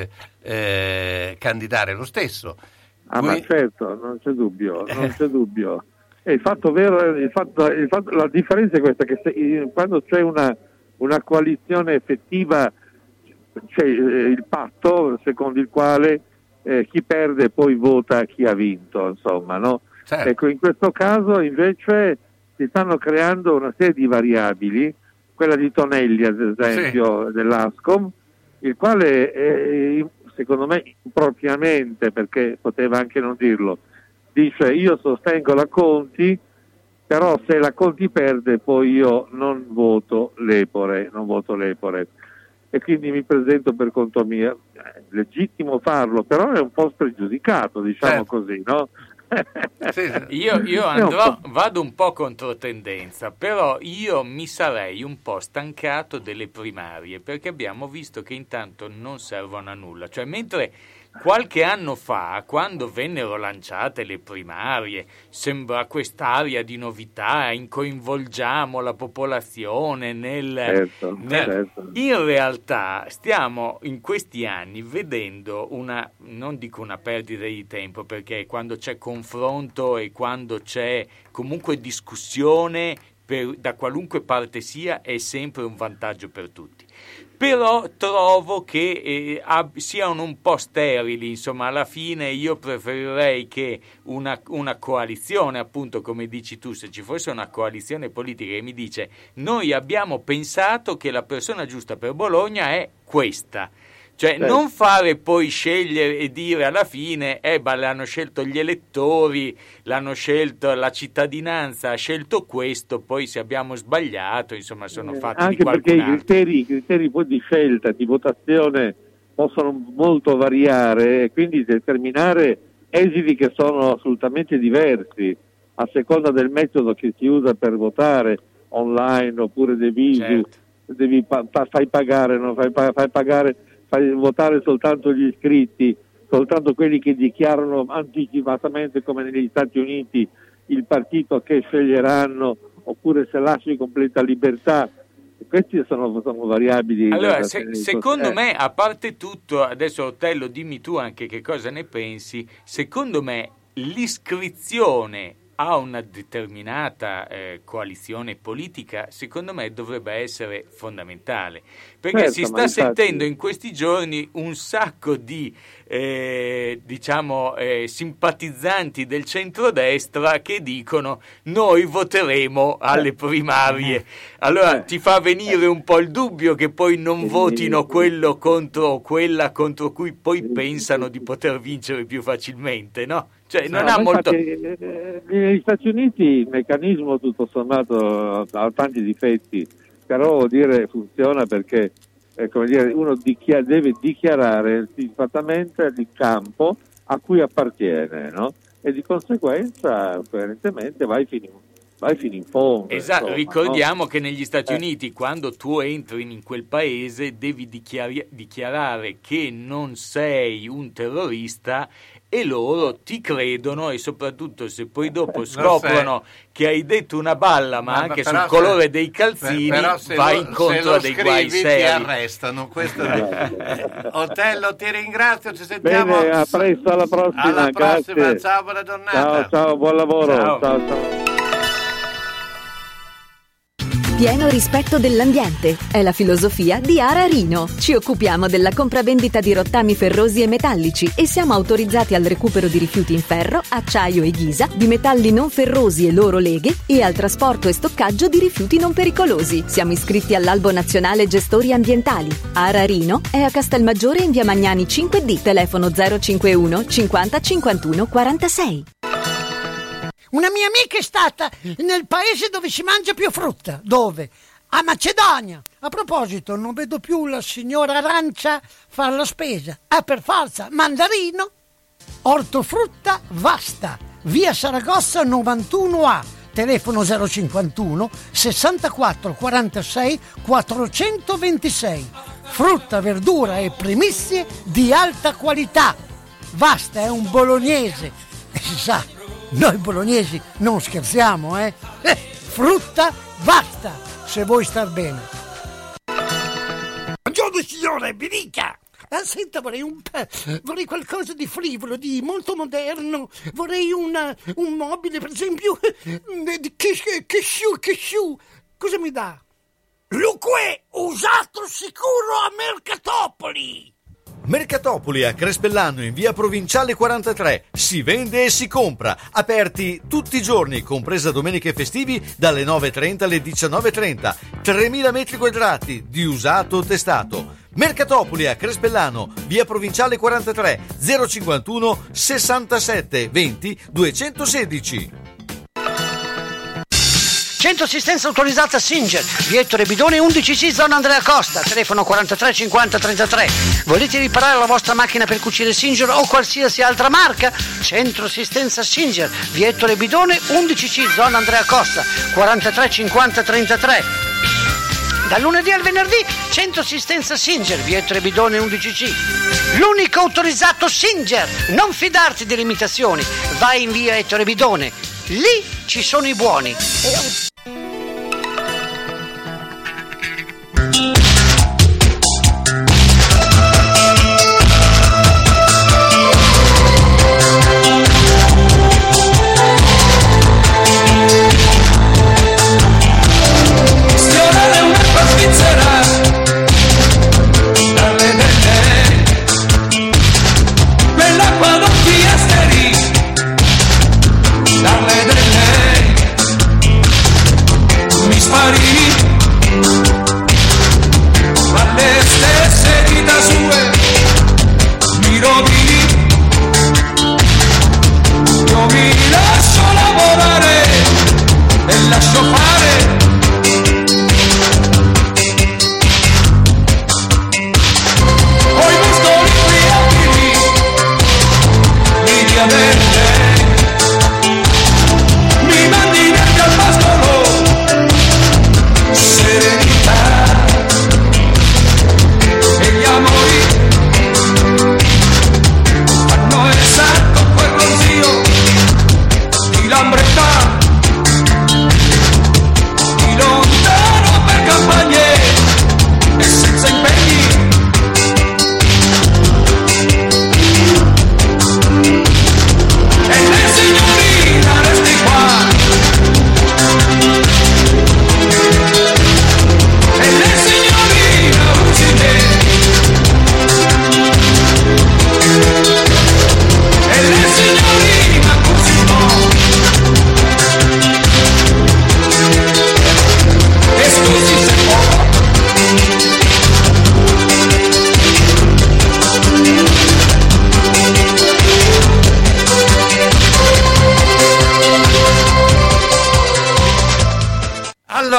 candidare lo stesso. Ma certo, non c'è dubbio. E il fatto vero, la differenza è questa, che quando c'è una coalizione effettiva c'è il patto secondo il quale chi perde poi vota chi ha vinto, insomma, no? Certo. Ecco, in questo caso invece si stanno creando una serie di variabili, quella di Tonelli ad esempio, dell'Ascom, il quale secondo me impropriamente, perché poteva anche non dirlo, dice io sostengo la Conti, però se la Conti perde poi io non voto Lepore, e quindi mi presento per conto mio. È legittimo farlo, però è un po' spregiudicato, diciamo così, no? Io vado un po' controtendenza, però io mi sarei un po' stancato delle primarie, perché abbiamo visto che intanto non servono a nulla, cioè mentre qualche anno fa, quando vennero lanciate le primarie, sembra quest'aria di novità, coinvolgiamo la popolazione certo. In realtà stiamo in questi anni vedendo non dico una perdita di tempo, perché quando c'è confronto e quando c'è comunque discussione da qualunque parte sia è sempre un vantaggio per tutti. Però trovo che siano un po' sterili, insomma, alla fine io preferirei che una coalizione, appunto come dici tu, se ci fosse una coalizione politica che mi dice noi abbiamo pensato che la persona giusta per Bologna è questa, cioè non fare poi scegliere e dire alla fine l'hanno scelto gli elettori, l'hanno scelto la cittadinanza, ha scelto questo, poi se abbiamo sbagliato, insomma, sono fatti anche di qualcun perché altro. I criteri poi di scelta, di votazione possono molto variare e quindi determinare esiti che sono assolutamente diversi a seconda del metodo che si usa per votare, online oppure devi fai pagare, non fai pagare, fai votare soltanto gli iscritti, soltanto quelli che dichiarano anticipatamente, come negli Stati Uniti, il partito che sceglieranno, oppure se lasci completa libertà. Questi sono variabili. Allora, secondo me, a parte tutto, adesso Otello dimmi tu anche che cosa ne pensi, secondo me l'iscrizione a una determinata coalizione politica, secondo me dovrebbe essere fondamentale, perché si sta sentendo in questi giorni un sacco di simpatizzanti del centrodestra che dicono noi voteremo alle primarie. Allora ti fa venire un po' il dubbio che poi non votino quello contro quella contro cui poi pensano di poter vincere più facilmente, no? Cioè, non ha molto... Negli Stati Uniti il meccanismo tutto sommato ha tanti difetti, però vuol dire funziona perché come dire, uno deve dichiarare siffatamente il campo a cui appartiene, no? E di conseguenza coerentemente vai fino in fondo. Esatto, insomma, ricordiamo no? che negli Stati Uniti quando tu entri in quel paese devi dichiarare che non sei un terrorista e loro ti credono, e soprattutto se poi dopo scoprono che hai detto una balla ma anche sul colore dei calzini, vai incontro a dei guai seri. Ti arrestano. Questo Otello, ti ringrazio, ci sentiamo. Bene, a presto, alla prossima. Alla prossima, grazie. ciao, buona giornata. Ciao, buon lavoro. Ciao. Pieno rispetto dell'ambiente è la filosofia di Ara Rino. Ci occupiamo della compravendita di rottami ferrosi e metallici e siamo autorizzati al recupero di rifiuti in ferro, acciaio e ghisa, di metalli non ferrosi e loro leghe e al trasporto e stoccaggio di rifiuti non pericolosi. Siamo iscritti all'Albo Nazionale Gestori Ambientali. Ara Rino è a Castelmaggiore in via Magnani 5D, telefono 051 50 51 46. Una mia amica è stata nel paese dove si mangia più frutta. Dove? A Macedonia. A proposito, non vedo più la signora Arancia fare la spesa. Per forza, mandarino. Ortofrutta Vasta, via Saragossa 91A. Telefono 051 64 46 426. Frutta, verdura e primizie di alta qualità. Vasta è un bolognese. E si sa, noi bolognesi non scherziamo, frutta Vasta, se vuoi star bene. Buongiorno signore, mi dica. Senta, vorrei qualcosa di frivolo, di molto moderno. Vorrei un mobile, per esempio, che sciù. Cosa mi dà? Luque, usato sicuro a Mercatopoli. Mercatopoli a Crespellano in via Provinciale 43, si vende e si compra, aperti tutti i giorni, compresa domenica e festivi, dalle 9.30 alle 19.30, 3.000 metri quadrati di usato testato. Mercatopoli a Crespellano, via Provinciale 43, 051 67 20 216. Centro assistenza autorizzata Singer, via Ettore Bidone 11C, zona Andrea Costa, telefono 43 50 33. Volete riparare la vostra macchina per cucire Singer o qualsiasi altra marca? Centro assistenza Singer, via Ettore Bidone 11C, zona Andrea Costa, 43 50 33. Dal lunedì al venerdì, centro assistenza Singer, via Ettore Bidone 11C. L'unico autorizzato Singer, non fidarti delle imitazioni, vai in via Ettore Bidone, lì ci sono i buoni.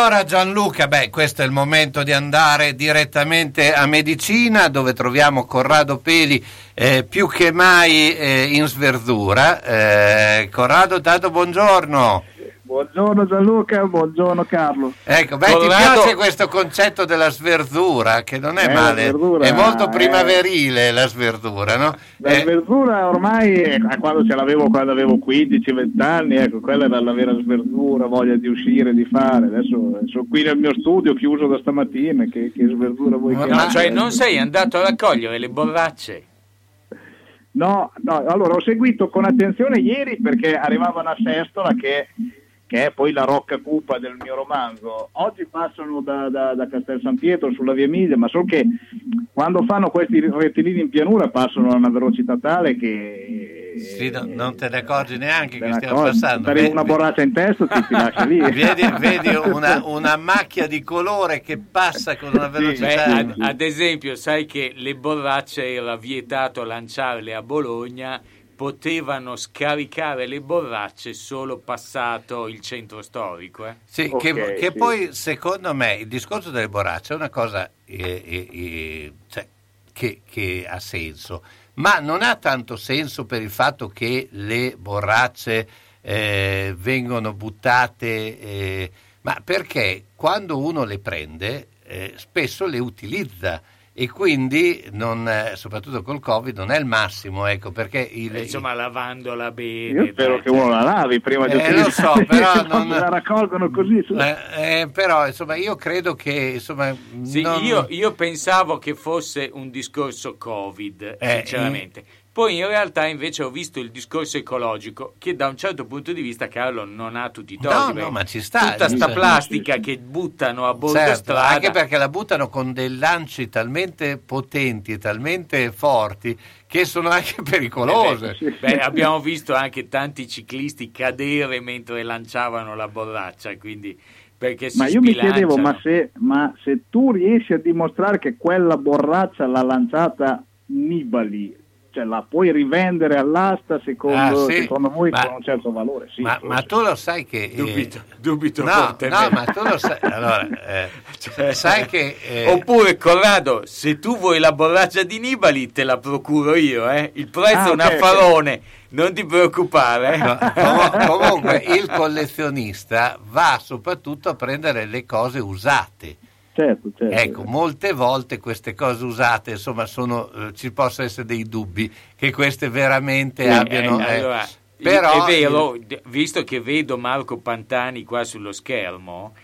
allora Gianluca, questo è il momento di andare direttamente a Medicina, dove troviamo Corrado Peli più che mai in sverdura. Corrado, tanto buongiorno. Buongiorno Gianluca, buongiorno Carlo. Ecco, ti piace questo concetto della sverdura, che non è male, è molto primaverile la sverdura, no? La sverdura ormai, quando avevo 15-20 anni, ecco, quella era la vera sverdura, voglia di uscire, di fare. Adesso sono qui nel mio studio, chiuso da stamattina, che sverdura vuoi che No, cioè non sei andato a raccogliere le borracce? No, allora ho seguito con attenzione ieri perché arrivavano a Sestola che è poi la rocca cupa del mio romanzo. Oggi passano da Castel San Pietro sulla via Emilia, ma solo che quando fanno questi rettilini in pianura passano a una velocità tale che non te ne accorgi neanche che stiamo passando. Arriva una borraccia in testa, ti lascia lì. Vedi una macchia di colore che passa con una velocità. Ad esempio, sai che le borracce era vietato lanciarle a Bologna, potevano scaricare le borracce solo passato il centro storico. Sì, okay, che poi secondo me il discorso delle borracce è una cosa cioè, che ha senso, ma non ha tanto senso per il fatto che le borracce vengono buttate, ma perché quando uno le prende spesso le utilizza. E quindi soprattutto col Covid non è il massimo, ecco, perché insomma lavandola bene. Io spero che uno la lavi prima di lo so, però non la raccolgono così. Però insomma io credo che io pensavo che fosse un discorso Covid, sinceramente. Poi in realtà invece ho visto il discorso ecologico, che da un certo punto di vista, Carlo, non ha tutti i torti. No, ma ci sta. Tutta sta plastica che buttano a bordo strada. Anche perché la buttano con dei lanci talmente potenti e talmente forti che sono anche pericolose. Abbiamo visto anche tanti ciclisti cadere mentre lanciavano la borraccia, quindi perché si io mi chiedevo, ma se tu riesci a dimostrare che quella borraccia l'ha lanciata Nibali, cioè la puoi rivendere all'asta secondo voi con un certo valore, sì, ma tu lo sai che dubito no, ma tu lo sai, allora sai che oppure Corrado, se tu vuoi la borraccia di Nibali te la procuro io, il prezzo è un affarone, non ti preoccupare. Comunque il collezionista va soprattutto a prendere le cose usate. Certo. Ecco, molte volte queste cose usate, insomma, ci possono essere dei dubbi che queste veramente abbiano. Allora, però, è vero, visto che vedo Marco Pantani qua sullo schermo,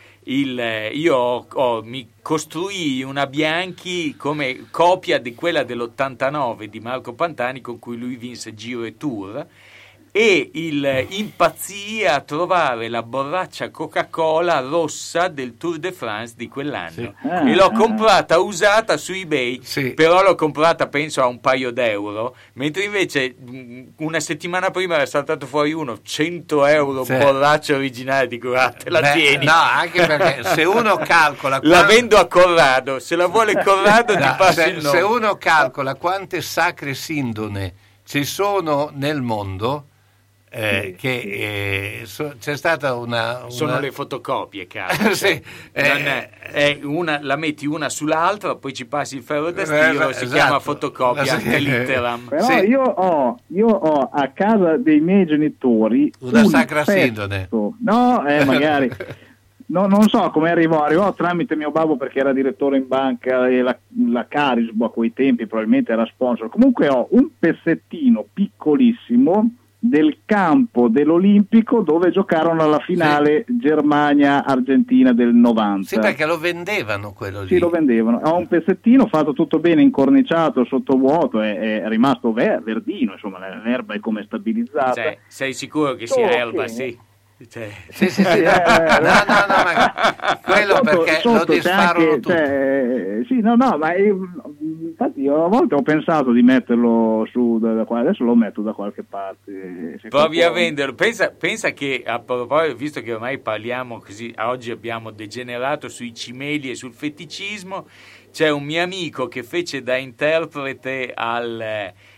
io mi costruii una Bianchi come copia di quella dell'89 di Marco Pantani, con cui lui vinse Giro e Tour, e impazzì a trovare la borraccia Coca-Cola rossa del Tour de France di quell'anno, e l'ho comprata usata su eBay, però l'ho comprata penso a un paio d'euro, mentre invece una settimana prima era saltato fuori 100 euro borraccia originale, dico te la tieni. No, anche perché se uno calcola la vendo a Corrado, se la vuole Corrado ti passa il nome. Se uno calcola quante sacre sindone ci sono nel mondo, c'è stata una sono le fotocopie, caro. La metti una sull'altra, poi ci passi il ferro da stiro, si chiama fotocopia anche litteram. Però io ho a casa dei miei genitori una sacra sindone. No, magari non so come arrivò tramite mio babbo, perché era direttore in banca e la Carisbo a quei tempi probabilmente era sponsor. Comunque ho un pezzettino piccolissimo del campo dell'Olimpico dove giocarono alla finale Germania-Argentina del 90. Sì, perché lo vendevano quello lì. Sì, lo vendevano. Ho un pezzettino fatto tutto bene, incorniciato, sottovuoto, è rimasto verdino, insomma l'erba è come stabilizzata. Sei sicuro che sia erba, sì? Sì. Ma quello sotto, perché lo disfarano tutti. Ma infatti io a volte ho pensato di metterlo su da qua, adesso lo metto da qualche parte. Provi a venderlo. Pensa che, a proposito, visto che ormai parliamo così, oggi abbiamo degenerato sui cimeli e sul feticismo, c'è un mio amico che fece da interprete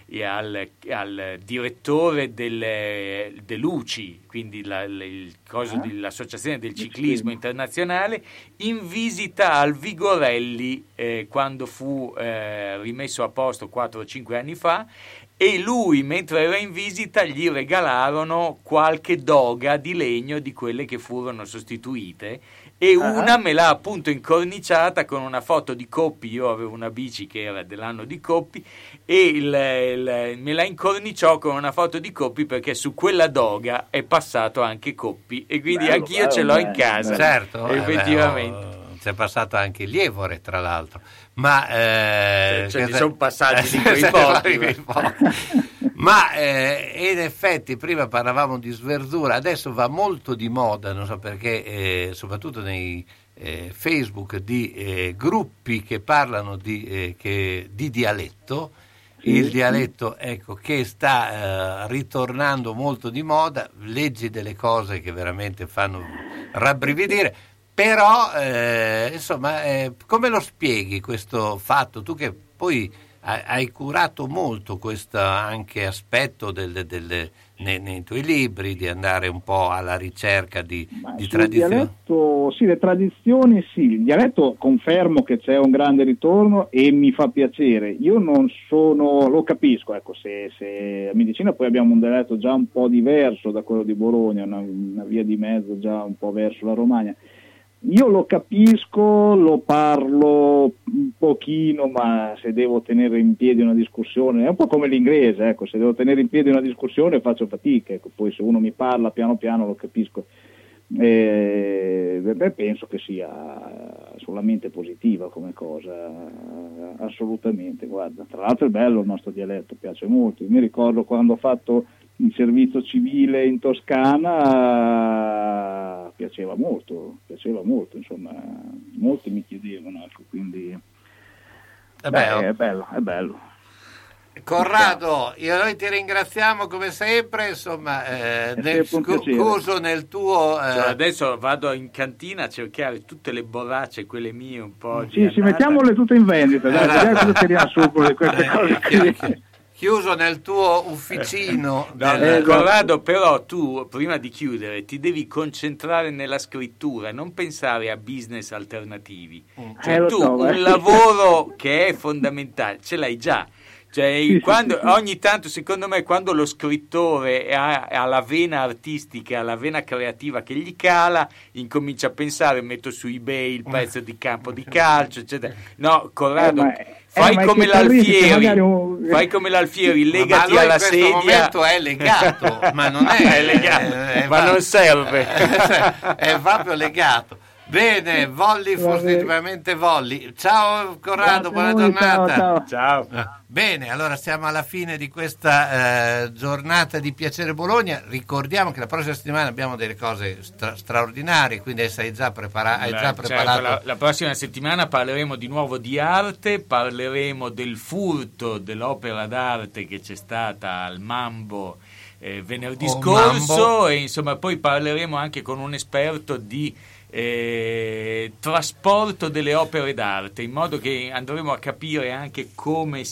e al direttore dell'UCI, quindi il coso dell'Associazione del Ciclismo Internazionale, in visita al Vigorelli quando fu rimesso a posto 4 o 5 anni fa, e lui, mentre era in visita, gli regalarono qualche doga di legno di quelle che furono sostituite, e una me l'ha appunto incorniciata con una foto di Coppi. Io avevo una bici che era dell'anno di Coppi, e me la incorniciò con una foto di Coppi, perché su quella doga è passato anche Coppi, e quindi anch'io ce l'ho in casa. Certo, effettivamente. C'è passato anche Lievore, tra l'altro, ma ci sono passati di quei pochi. Ma in effetti prima parlavamo di sverdura, adesso va molto di moda, non so perché, soprattutto nei Facebook di gruppi che parlano di dialetto. Il dialetto, ecco, che sta ritornando molto di moda. Leggi delle cose che veramente fanno rabbrividire. Però, insomma, come lo spieghi questo fatto? Tu che poi hai curato molto questo anche aspetto nei tuoi libri, di andare un po' alla ricerca di tradizioni. Dialetto, sì, le tradizioni sì, il dialetto confermo che c'è un grande ritorno e mi fa piacere. Io non sono, lo capisco, ecco, se a medicina poi abbiamo un dialetto già un po' diverso da quello di Bologna, una via di mezzo già un po' verso la Romagna. Io lo capisco, lo parlo un pochino, ma se devo tenere in piedi una discussione, è un po' come l'inglese, ecco, se devo tenere in piedi una discussione faccio fatica, ecco, poi se uno mi parla piano piano lo capisco. Penso che sia solamente positiva come cosa, assolutamente. Guarda, tra l'altro è bello il nostro dialetto, piace molto. Io mi ricordo quando ho fatto il servizio civile in Toscana, piaceva molto, insomma, molti mi chiedevano, ecco, quindi è bello. Corrado, noi ti ringraziamo come sempre, insomma, scuso nel tuo... Adesso vado in cantina a cercare tutte le borracce, quelle mie un po'... Sì, mettiamole tutte in vendita, dai, cosa tiriamo su con queste cose qui. Chiuso nel tuo ufficino. Corrado, però tu prima di chiudere ti devi concentrare nella scrittura, non pensare a business alternativi. Cioè un lavoro che è fondamentale ce l'hai già. Cioè, ogni tanto, secondo me, quando lo scrittore ha la vena artistica, la vena creativa che gli cala, incomincia a pensare: metto su eBay il pezzo di campo di calcio, eccetera. No, Corrado, fai come l'Alfieri, legati alla sedia. In questo momento è legato, ma non è legato, ma non serve. È proprio legato. Bene, Volli, positivamente Volli. Ciao Corrado, buona giornata. Ciao. Bene, allora siamo alla fine di questa giornata di Piacere Bologna. Ricordiamo che la prossima settimana abbiamo delle cose straordinarie, quindi hai già preparato. Certo, la prossima settimana parleremo di nuovo di arte, parleremo del furto dell'opera d'arte che c'è stata al Mambo venerdì scorso, e insomma poi parleremo anche con un esperto di trasporto delle opere d'arte, in modo che andremo a capire anche come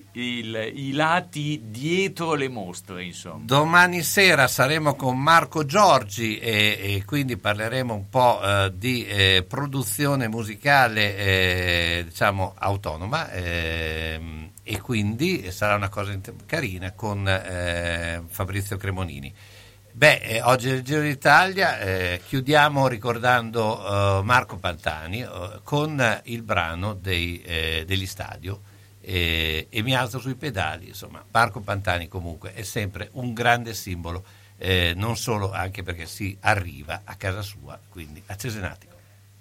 i lati dietro le mostre, insomma. Domani sera saremo con Marco Giorgi e quindi parleremo un po' di produzione musicale diciamo autonoma, e quindi sarà una cosa carina con Fabrizio Cremonini. Oggi è il Giro d'Italia, chiudiamo ricordando Marco Pantani con il brano degli Stadio, e mi alzo sui pedali. Insomma, Marco Pantani comunque è sempre un grande simbolo, non solo anche perché si arriva a casa sua, quindi a Cesenatico.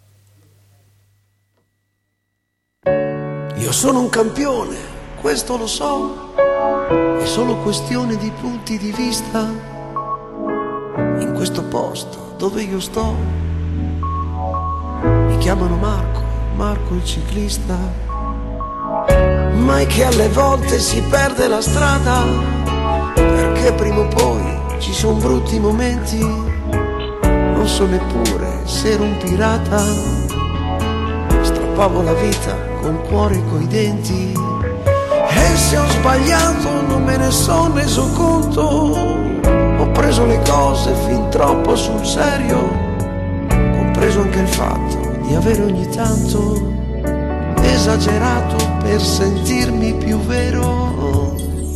Io sono un campione, questo lo so, è solo questione di punti di vista. In questo posto dove io sto mi chiamano Marco il ciclista, ma è che alle volte si perde la strada, perché prima o poi ci sono brutti momenti. Non so neppure se ero un pirata, strappavo la vita col cuore e coi denti, E se ho sbagliato non me ne sono reso conto. Ho preso le cose fin troppo sul serio, compreso anche il fatto di avere ogni tanto esagerato per sentirmi più vero.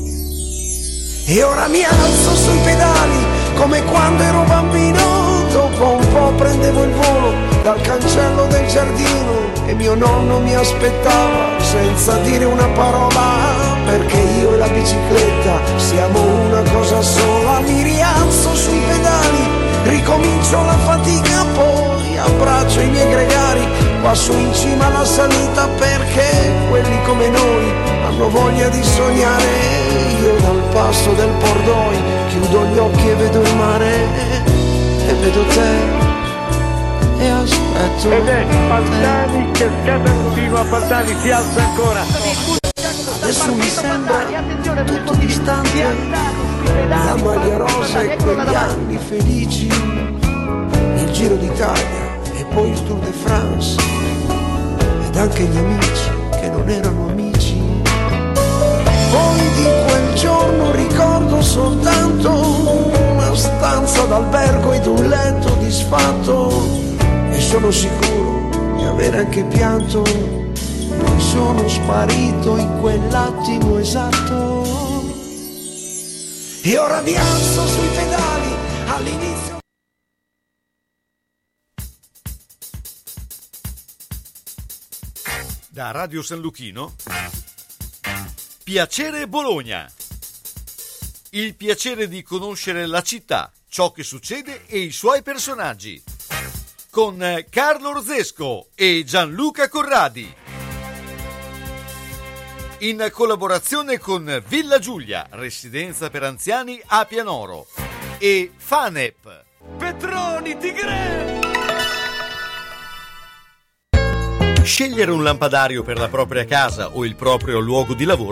E ora mi alzo sui pedali come quando ero bambino. Dopo un po' prendevo il volo dal cancello del giardino e mio nonno mi aspettava senza dire una parola, perché io e la bicicletta siamo una cosa sola. Mi rialzo sui pedali, ricomincio la fatica, poi abbraccio i miei gregari qua su in cima alla salita, perché quelli come noi hanno voglia di sognare. Io dal passo del Pordoi chiudo gli occhi e vedo il mare, e vedo te e aspetto. Ed è Faltani che scatta continua, Faltani si alza ancora. Adesso mi sembra tutto distante, la maglia rosa e quegli anni felici, il Giro d'Italia e poi il Tour de France, ed anche gli amici che non erano amici. Poi di quel giorno ricordo soltanto una stanza d'albergo ed un letto disfatto, e sono sicuro di avere anche pianto, poi sono sparito in quell'attimo esatto. E ora mi alzo sui pedali all'inizio. Da Radio San Luchino, Piacere Bologna. Il piacere di conoscere la città, ciò che succede e i suoi personaggi. Con Carlo Orzesco e Gianluca Corradi. In collaborazione con Villa Giulia, residenza per anziani a Pianoro, e Fanep. Petroni Tigre! Scegliere un lampadario per la propria casa o il proprio luogo di lavoro